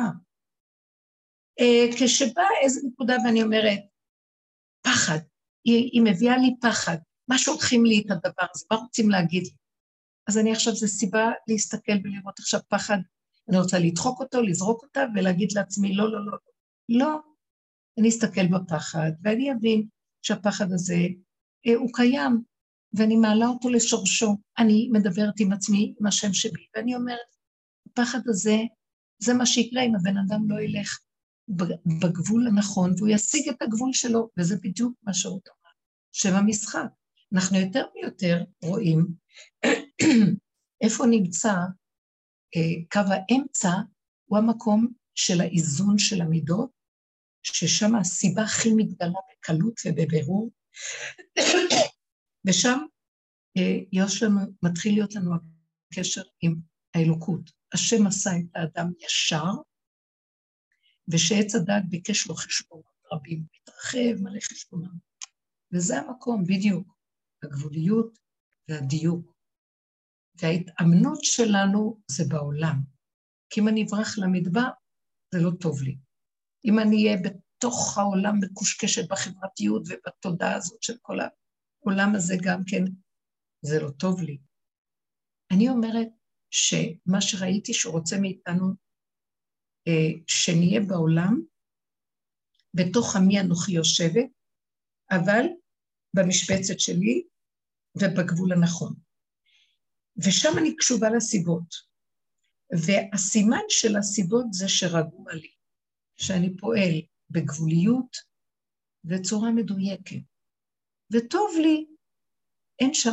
כשבאה איזו נקודה ואני אומרת, פחד, היא מביאה לי פחד, מה שולחים לי את הדבר הזה, מה רוצים להגיד לי? אז אני עכשיו, זו סיבה להסתכל ולראות עכשיו פחד, אני רוצה לדחוק אותו, לזרוק אותה ולהגיד לעצמי, לא, לא, לא, לא. אני אסתכל בפחד ואני אבין, שהפחד הזה הוא קיים, ואני מעלה אותו לשורשו, אני מדברת עם עצמי, עם השם שבי, ואני אומרת, הפחד הזה, זה מה שיקרה אם הבן אדם לא ילך בגבול הנכון, והוא ישיג את הגבול שלו, וזה בדיוק מה שהוא אומר, שם המשחק. אנחנו יותר ויותר רואים, איפה נמצא קו האמצע, הוא המקום של האיזון של המידות, ששם הסיבה הכי מתגלה בקלות ובבירור, ושם מתחיל להיות לנו הקשר עם האלוקות. השם עשה את האדם ישר, ושעץ הדעת ביקש לו חשבונות רבים, מתרחב מלא חשבונות. וזה המקום בדיוק. הגבוליות והדיוק. וההתאמנות שלנו זה בעולם. כי אם אני אברח למדבר, זה לא טוב לי. אם אני אהיה בתוך העולם מקושקשת בחברתיות ובתודעה הזאת של כל העולם הזה גם כן, זה לא טוב לי. אני אומרת שמה שראיתי שהוא רוצה מאיתנו, שנהיה בעולם, בתוך עמי אנוכי יושבת, אבל במשבצת שלי ובגבול הנכון. ושם אני קשובה לסיבות. והסימן של הסיבות זה שרגוע לי, שאני פועל בגבוליות וצורה מדויקת. וטוב לי, אין שם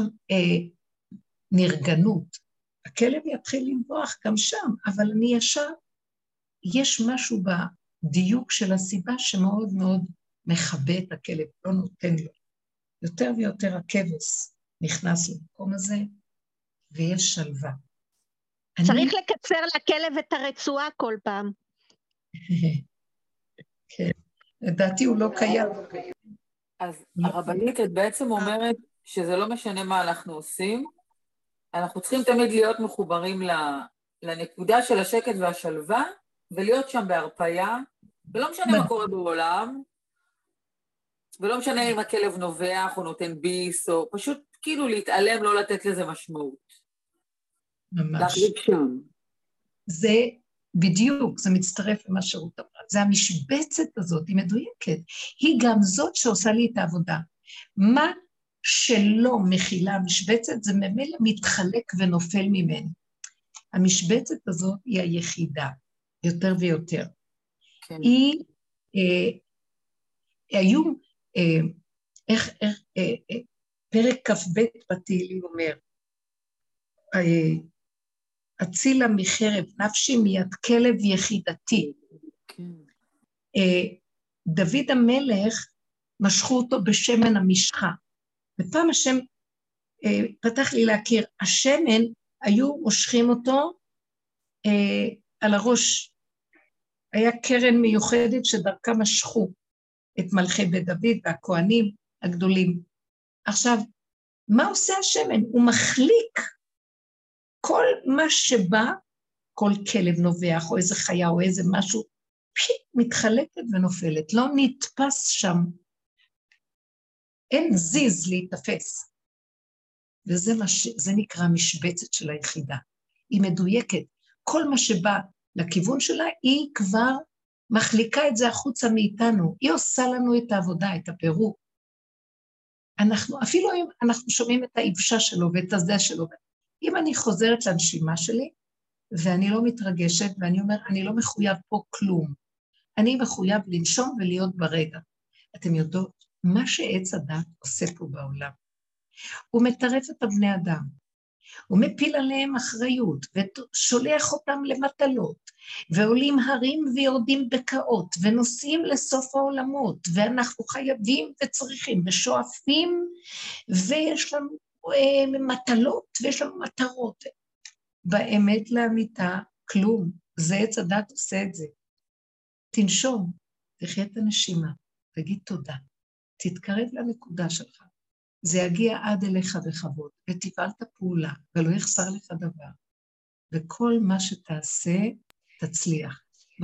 נרגנות. הכלב יתחיל לנבוח גם שם, אבל אני ישר, יש משהו בדיוק של הסיבה שמאוד מאוד מכבה את הכלב, לא נותן לו. יותר ויותר הכבש נכנס למקום הזה, ויש שלווה. צריך לקצר לכלב את הרצועה כל פעם. כן, לדעתי הוא לא קיים. אז הרבנית, את בעצם אומרת שזה לא משנה מה אנחנו עושים, אנחנו צריכים תמיד להיות מחוברים לנקודה של השקט והשלווה, ולהיות שם בהרפאיה, ולא משנה מה קורה בעולם, ולא משנה אם הכלב נובח או נותן ביס, או פשוט כאילו להתעלם, לא לתת לזה משמעות. ממש. זה בדיוק, זה מצטרף למה שרות אמרה. זה המשבצת הזאת, היא מדויקת. היא גם זאת שעושה לי את העבודה. מה שלא מכילה המשבצת, זה ממילא מתחלק ונופל ממנו. המשבצת הזאת היא היחידה, יותר ויותר. כן. היא, היו, פרק כ"ב בתהילים אומר, הצילה מחרב נפשי מיד כלב יחידתי. דוד המלך משכו אותו בשמן המשחה. ופעם השם פתח לי להכיר, השמן היו מושכים אותו על הראש. היה קרן מיוחדת שדרכה משכו את מלכי בית דוד והכהנים הגדולים. עכשיו, מה עושה השמן? הוא מחליק כל מה שבא, כל כלב נובח, או איזה חיה, או איזה משהו, מתחלקת ונופלת, לא נתפס שם. אין זיז להתאפס. וזה נקרא משבצת של היחידה. היא מדויקת. כל מה שבא לכיוון שלה, היא כבר מחליקה את זה החוצה מאיתנו. היא עושה לנו את העבודה, את הפירוק. אפילו אם אנחנו שומעים את האיבשה שלו ואת הזה שלו, אם אני חוזרת לנשימה שלי, ואני לא מתרגשת, ואני אומר, אני לא מחויב פה כלום. אני מחויב לנשום ולהיות ברגע. אתם יודעות, מה שעץ הדת עושה פה בעולם, הוא מטרף את הבני אדם, הוא מפיל עליהם אחריות, ושולח אותם למטלות, ועולים הרים ויורדים בקעות, ונוסעים לסוף העולמות, ואנחנו חייבים וצריכים, ושואפים, ויש לנו מטלות, ויש לנו מטרות. באמת לאמיתה, כלום. זה עץ הדת עושה את זה. תנשום, תחיה את הנשימה, תגיד תודה, תתקרב לנקודה שלך. זה יגיע עד אליך בכבוד, ותפעל את הפעולה, ולא יחסר לך דבר. וכל מה שתעשה, תצליח.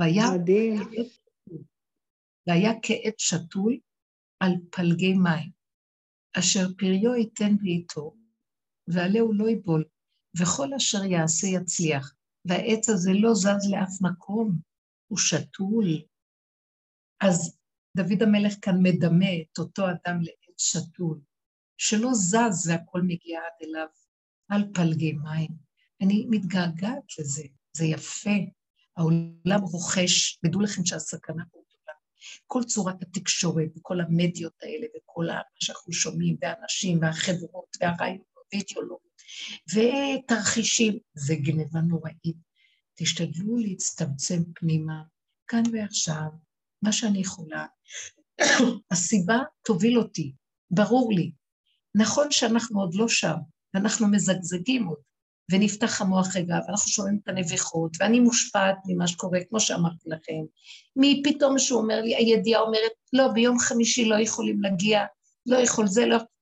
והיה כעת שתול על פלגי מים, אשר פריו ייתן בעיתו, ועליהו לא ייבול, וכל אשר יעשה יצליח, והעץ הזה לא זז לאף מקום, הוא שתול. אז דוד המלך כאן מדמה את אותו אדם לעץ שתול, שלא זז והכל מגיע עד אליו, על פלגי מים. אני מתגעגעת לזה, זה יפה. העולם רוכש, בדעו לכם שהסכנה פה גדולה. כל צורת התקשורת, וכל המדיות האלה, וכל מה שאנחנו שומעים, והאנשים, והחברות, והרעיונות, ואידיאולוגיות, ותרחישים, זה גנבה נוראית. תשתדלו להצטמצם פנימה, כאן ועכשיו, מה שאני יכולה. הסיבה תוביל אותי, ברור לי. נכון שאנחנו עוד לא שם, ואנחנו מזגזגים עוד, ונפתח המוח רגע, ואנחנו שומעים את הנביחות, ואני מושפעת ממה שקורה, כמו שאמרתי לכם. פתאום שהוא אומר לי, הידיעה אומרת, לא, ביום חמישי לא יכולים להגיע, לא יכול זה, לא.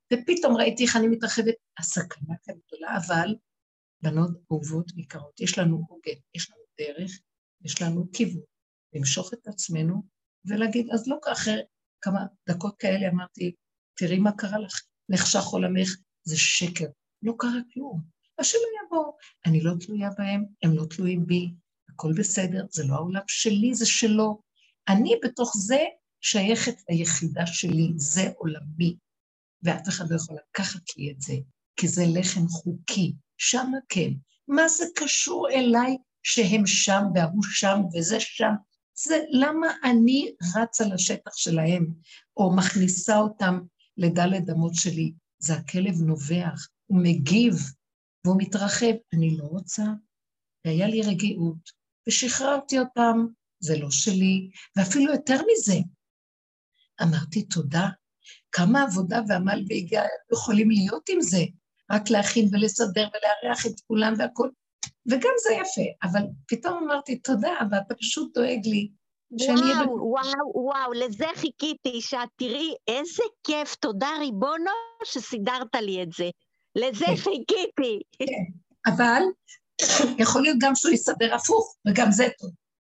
ופתאום ראיתי איך אני מתרחבת, הסכנה כאן גדולה, אבל בנות אהובות ויקרות, יש לנו עוגן, יש לנו דרך, יש לנו כיוון, למשוך את עצמנו, ולהגיד, אז לא אחרי כמה דקות כאלה אמרתי, תראי מה קרה לך, נחשך עולמך, זה שקר, לא קרה כלום, מה שלא יבוא, אני לא תלויה בהם, הם לא תלויים בי, הכל בסדר, זה לא העולם שלי, זה שלו, אני בתוך זה שייכת ליחידה שלי, זה עולמי, ואף אחד לא יכול לקחת לי את זה, כי זה לחם חוקי, שמה כן, מה זה קשור אליי שהם שם והוא שם וזה שם, זה למה אני רצה לשטח שלהם, או מכניסה אותם לדלת אמות שלי, זה הכלב נובח, הוא מגיב, והוא מתרחב, אני לא רוצה, והיה לי רגיעות, ושחררתי אותם, זה לא שלי, ואפילו יותר מזה, אמרתי תודה, כמה עבודה ועמל והגיעה יכולים להיות עם זה, רק להכין ולסדר ולארח את כולם והכל, וגם זה יפה, אבל פתאום אמרתי תודה, ואתה פשוט דואג לי, וואו, לזה חיכיתי, שאת תראי איזה כיף, תודה ריבונו שסידרת לי את זה, לזה חיכיתי. כן, אבל יכול להיות גם שהוא יסדר הפוך, וגם זה טוב.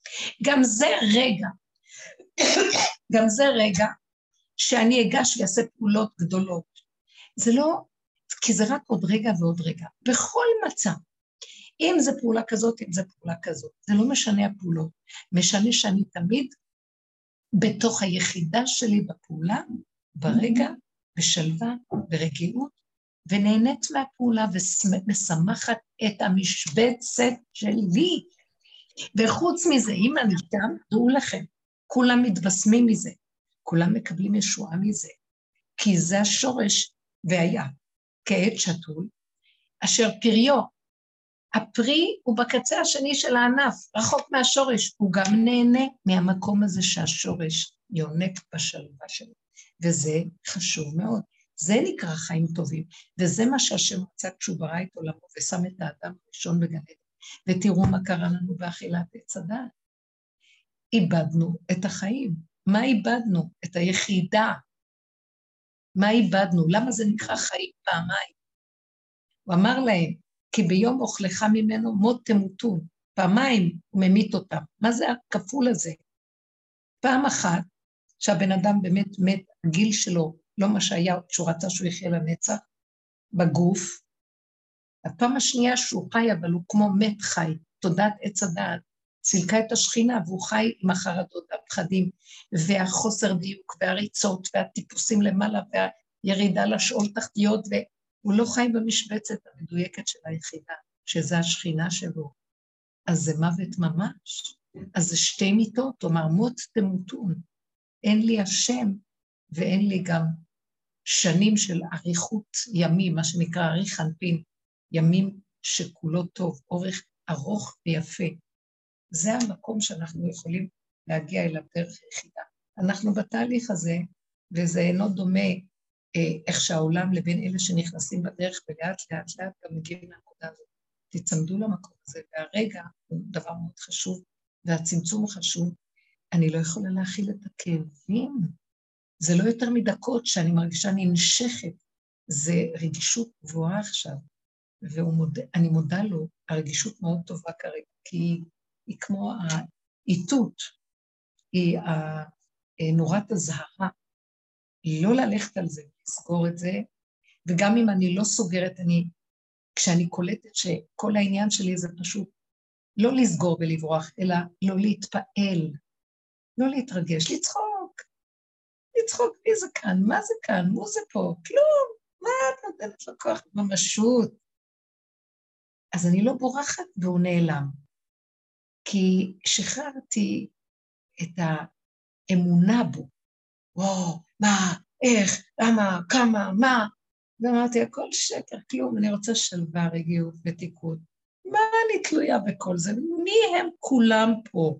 גם זה רגע שאני אגש ויעשה פעולות גדולות. זה לא, כי זה רק עוד רגע ועוד רגע. בכל מצב, אם זה פעולה כזאת, אם זה פעולה כזאת, זה לא משנה הפעולות. משנה שאני תמיד בתוך היחידה שלי בפעולה, ברגע, בשלווה, ברגיעות, ונהנית מהפעולה ומשמחת את המשבצת שלי. וחוץ מזה, אם אני שם, דעו לכם, כולם מתבשמים מזה, כולם מקבלים ישועה מזה, כי זה השורש והיה, כעת שתול, אשר פריו, הפרי הוא בקצה השני של הענף, רחוק מהשורש, הוא גם נהנה מהמקום הזה שהשורש יונק בשלווה שלו, וזה חשוב מאוד. זה נקרא חיים טובים, וזה מה שהשם מצא כשהוא ברא את עולמו, ושם את האדם הראשון בגן עדן. ותראו מה קרה לנו באכילת עץ הדעת. איבדנו את החיים. מה איבדנו? את היחידה. מה איבדנו? למה זה נקרא חיים פעמיים? הוא אמר להם, כי ביום אוכלך ממנו מות תמותון. פעמיים הוא ממית אותם. מה זה הכפול הזה? פעם אחת, שהבן אדם באמת מת, הגיל שלו, לא מה שהיה כשהוא רצה שהוא יחיה לנצח, בגוף. הפעם השנייה שהוא חי, אבל הוא כמו מת חי, תודעת עץ הדעת, צילקה את השכינה, והוא חי עם החרדות, הפחדים, והחוסר דיוק, והריצות, והטיפוסים למעלה, והירידה לשאול תחתיות, והוא לא חי במשבצת המדויקת של היחידה, שזה השכינה שלו. אז זה מוות ממש. אז זה שתי מיתות, אומר, מות תמותון. אין לי השם, ואין לי גם שנים של אריכות ימים, מה שנקרא אריך אנפין, ימים שכולו טוב, אורך ארוך ויפה. זה המקום שאנחנו יכולים להגיע אליו דרך יחידה. אנחנו בתהליך הזה, וזה אינו דומה איך שהעולם לבין אלה שנכנסים בדרך, ולאט לאט לאט גם מגיעים לנקודה הזאת. תצמדו למקום הזה, והרגע הוא דבר מאוד חשוב, והצמצום חשוב. אני לא יכולה להכיל את הכאבים, זה לא יותר מדקות שאני מרגישה ננשכת, זה רגישות גבוהה עכשיו, ואני מודה לו, הרגישות מאוד טובה כרגע, כי היא כמו האיתות, היא נורת הזהרה, לא ללכת על זה, לסגור את זה, וגם אם אני לא סוגרת, כשאני קולטת שכל העניין שלי זה פשוט לא לסגור ולברוח, אלא לא להתפעל, לא להתרגש, לצחוק, מי זה כאן, מה זה כאן, מו זה פה, כלום, מה את נותנת לו כוח ממשות? אז אני לא בורחת והוא נעלם, כי שחררתי את האמונה בו, וואו, מה, איך, למה, כמה, מה, ואמרתי, הכל שקר, כלום, אני רוצה שלווה, רגיעות ותיקות, מה אני תלויה בכל זה? מי הם כולם פה?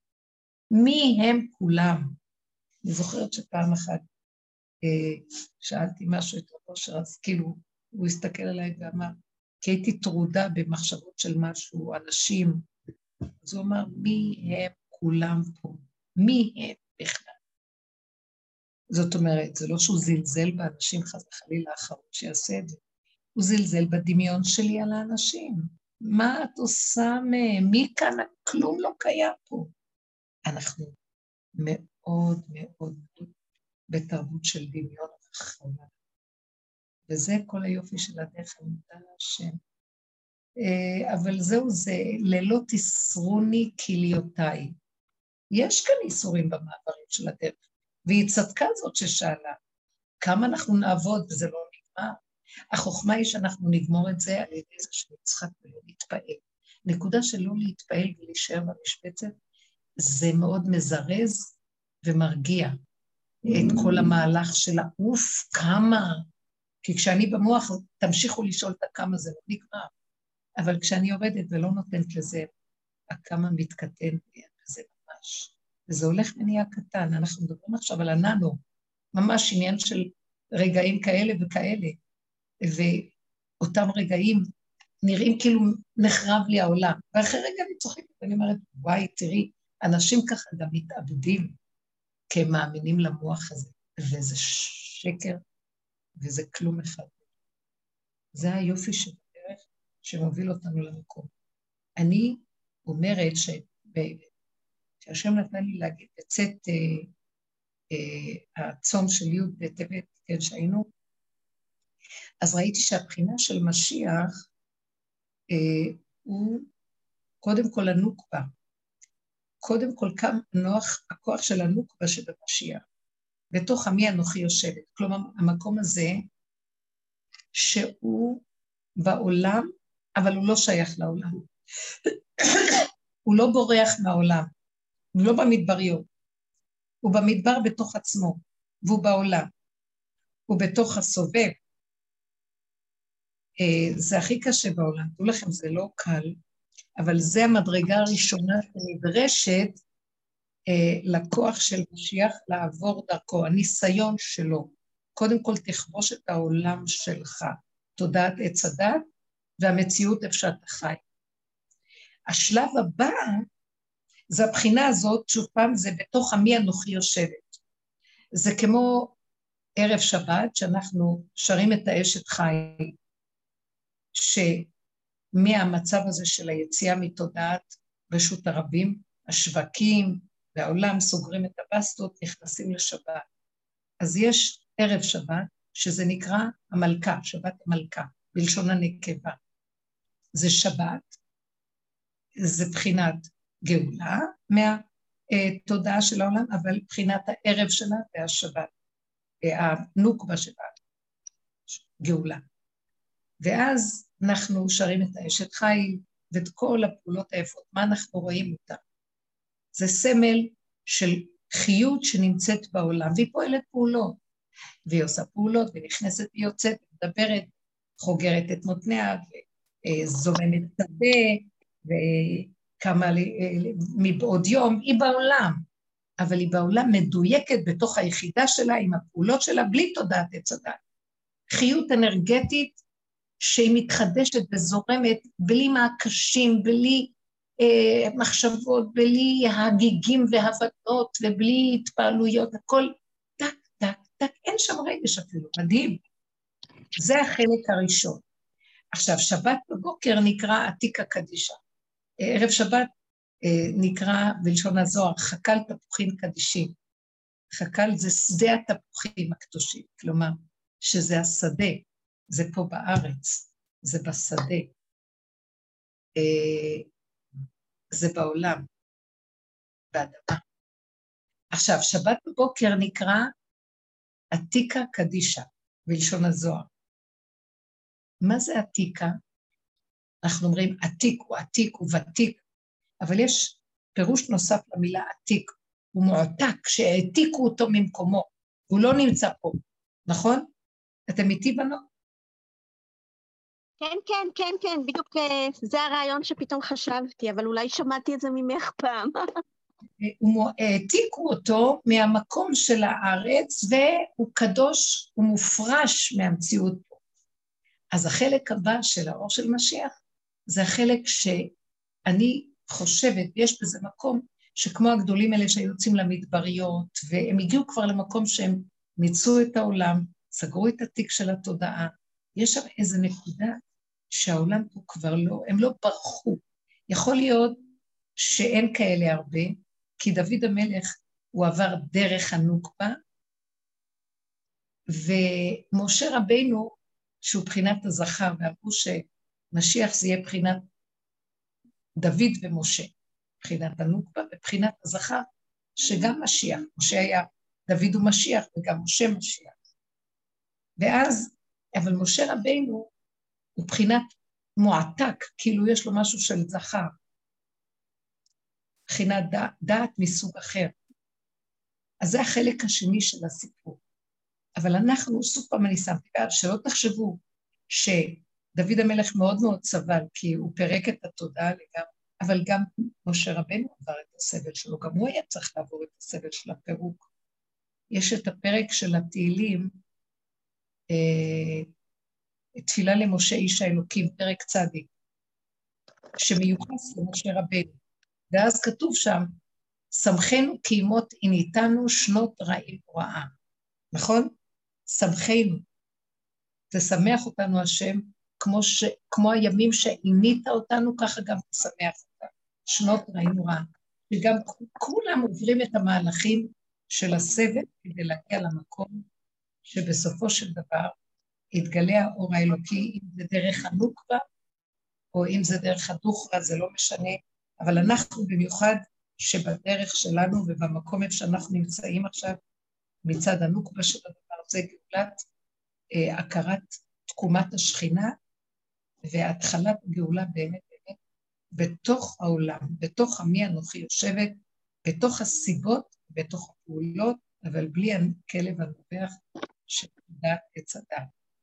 מי הם כולם? אני זוכרת שפעם אחת שאלתי משהו את רבו שרץ, כאילו הוא הסתכל עליי ואמר, כי הייתי טרודה במחשבות של משהו, אנשים, אז הוא אמר, מי הם כולם פה? מי הם בכלל? זאת אומרת, זה לא שהוא זלזל באנשים חס וחלילה האחרון שיעשה את זה, הוא זלזל בדמיון שלי על האנשים. מה את עושה מהם? מי כאן? כלום לא קיים פה. אנחנו מאוד מאוד בתרבות של דמיון וחלל. וזה כל היופי של הדרך, אני מודה להשם. אבל זהו זה, ללא תסרוני כליותיי. יש כאן איסורים במעברים של הדרך, והיא צדקה זאת ששאלה, כמה אנחנו נעבוד וזה לא נגמר. החוכמה היא שאנחנו נגמור את זה על ידי זה שנצחק ולא להתפעל. נקודה שלא להתפעל ולהישאר במשבצת, זה מאוד מזרז ומרגיע את כל המהלך של העוף, כמה, כי כשאני במוח תמשיכו לשאול את הכמה זה לא נגמר, אבל כשאני יורדת ולא נותנת לזה, הכמה מתקטן וזה ממש, וזה הולך ונהיה קטן. אנחנו מדברים עכשיו על הננו, ממש עניין של רגעים כאלה וכאלה, ואותם רגעים נראים כאילו נחרב לי העולם, ואחרי רגע אני צוחקת ואני אומרת, וואי, תראי, אנשים ככה גם מתאבדים, כי הם מאמינים למוח הזה, וזה שקר, וזה כלום אחד. זה היופי של הדרך שמוביל אותנו למקום. אני אומרת שהשם נתן לי להגיד, בצאת הצום של י' בטבת, כן, שהיינו, אז ראיתי שהבחינה של משיח הוא קודם כל הנוקבה. קודם כל כמה נוח הכוח של הנוקבה שבמשיח. בתוך עמי אנוכי יושבת. כלומר, המקום הזה שהוא בעולם, אבל הוא לא שייך לעולם. הוא לא בורח מהעולם. הוא לא במדבריות. הוא במדבר בתוך עצמו, והוא בעולם. הוא בתוך הסובב. זה הכי קשה בעולם. תראו לכם, זה לא קל, אבל זה המדרגה הראשונה שנדרשת לכוח של משיח לעבור דרכו, הניסיון שלו. קודם כל תכבוש את העולם שלך, תודעת עץ הדת והמציאות איפה שאתה חי. השלב הבא, זה הבחינה הזאת, שוב פעם, זה בתוך עמי אנוכי יושבת. זה כמו ערב שבת, שאנחנו שרים את האשת חי, שמהמצב הזה של היציאה מתודעת רשות הרבים, השווקים והעולם סוגרים את הבסטות, נכנסים לשבת. אז יש ערב שבת, שזה נקרא המלכה, שבת המלכה, בלשון הנקבה. זה שבת, זה בחינת גאולה מהתודעה של העולם, אבל בחינת הערב שלה והשבת, הנוקבה שלה, גאולה. ואז אנחנו שרים את האשת חיל, ואת כל הפעולות היפות, מה אנחנו רואים אותה? זה סמל של חיות שנמצאת בעולם, והיא פועלת פעולות, והיא עושה פעולות, ונכנסת ויוצאת, מדברת, חוגרת את מותניה, וזוממת את הפה, וכמה מבעוד יום, היא בעולם, אבל היא בעולם מדויקת בתוך היחידה שלה, עם הפעולות שלה, בלי תודעת עץ הדת. חיות אנרגטית, שהיא מתחדשת וזורמת, בלי מעקשים, בלי מחשבות, בלי הגיגים והבנות, ובלי התפעלויות, הכל טק, טק, טק, אין שם רגש אפילו, מדהים. זה החלק הראשון. עכשיו, שבת בבוקר נקרא עתיקה קדישה. ערב שבת נקרא בלשון הזוהר, חקל תפוחים קדישים. חקל זה שדה התפוחים הקדושים, כלומר, שזה השדה, זה פה בארץ, זה בשדה. זה בעולם, באדמה. עכשיו, שבת בבוקר נקרא עתיקה קדישה, בלשון הזוהר. מה זה עתיקה? אנחנו אומרים עתיק הוא ותיק, אבל יש פירוש נוסף למילה עתיק, הוא מועתק, שהעתיקו אותו ממקומו, הוא לא נמצא פה, נכון? אתם איתי בנות? כן, בדיוק זה הרעיון שפתאום חשבתי, אבל אולי שמעתי את זה ממך פעם. העתיקו אותו מהמקום של הארץ, והוא קדוש, הוא מופרש מהמציאות פה. אז החלק הבא של האור של משיח, זה החלק שאני חושבת, יש בזה מקום שכמו הגדולים האלה שיוצאים למדבריות, והם הגיעו כבר למקום שהם ניצו את העולם, סגרו את התיק של התודעה, יש שם איזו נקודה שהעולם פה כבר לא, הם לא ברחו. יכול להיות שאין כאלה הרבה, כי דוד המלך הוא עבר דרך הנוקבה, ומשה רבינו, שהוא בחינת הזכר, ואמרו שמשיח זה יהיה בחינת דוד ומשה, בחינת הנוקבה ובחינת הזכר, שגם משיח, משה היה דוד הוא משיח וגם משה משיח. ואז, אבל משה רבינו הוא בחינת מועתק, כאילו יש לו משהו של זכר, בחינת דעת מסוג אחר. אז זה החלק השני של הסיפור. אבל אנחנו, סוף פעם אני שמתי בעד, שלא תחשבו שדוד המלך מאוד מאוד סבל, כי הוא פירק את התודעה לגמרי, אבל גם משה רבנו עבר את הסבל שלו, גם הוא היה צריך לעבור את הסבל של הפירוק. יש את הפרק של התהילים, תפילה למשה איש האלוקים, פרק צדיק, שמיוחס למשה רבנו, ואז כתוב שם, שמחנו כי ימות עיניתנו שנות רעים ורעה, נכון? שמחנו, תשמח אותנו השם, כמו הימים שעינית אותנו, ככה גם תשמח אותנו, שנות רעים ורעה, וגם כולם עוברים את המהלכים של הסבל, כדי להגיע למקום שבסופו של דבר יתגלה האור האלוקי, אם זה דרך הנוקבה, או אם זה דרך הדוכרה, זה לא משנה, אבל אנחנו במיוחד שבדרך שלנו ובמקום איפה שאנחנו נמצאים עכשיו, מצד הנוקבה של הדבר, זה גאולת הכרת תקומת השכינה, והתחלת גאולה באמת באמת, בתוך העולם, בתוך עמי אנוכי יושבת, בתוך הסיבות, בתוך הפעולות, אבל בלי הכלב הנובח שתדעת עץ הדעת.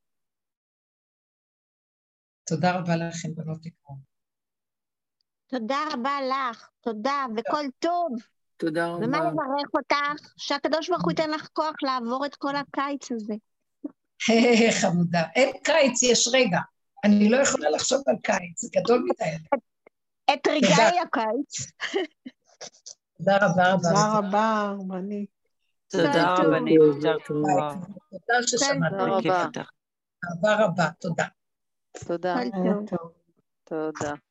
תודה רבה לכם, בנות יקרות. תודה רבה לך, תודה, וכל טוב. תודה רבה. ומה לברך אותך? שהקדוש ברוך הוא ייתן לך כוח לעבור את כל הקיץ הזה. חמודה, אין קיץ, יש רגע. אני לא יכולה לחשוב על קיץ, זה גדול מדי. את רגעי הקיץ. תודה רבה רבה. תודה רבה, רבנית. תודה רבנית, תודה ששמעת. בכיף אותך. אהבה רבה, תודה. תודה. כל טוב. תודה.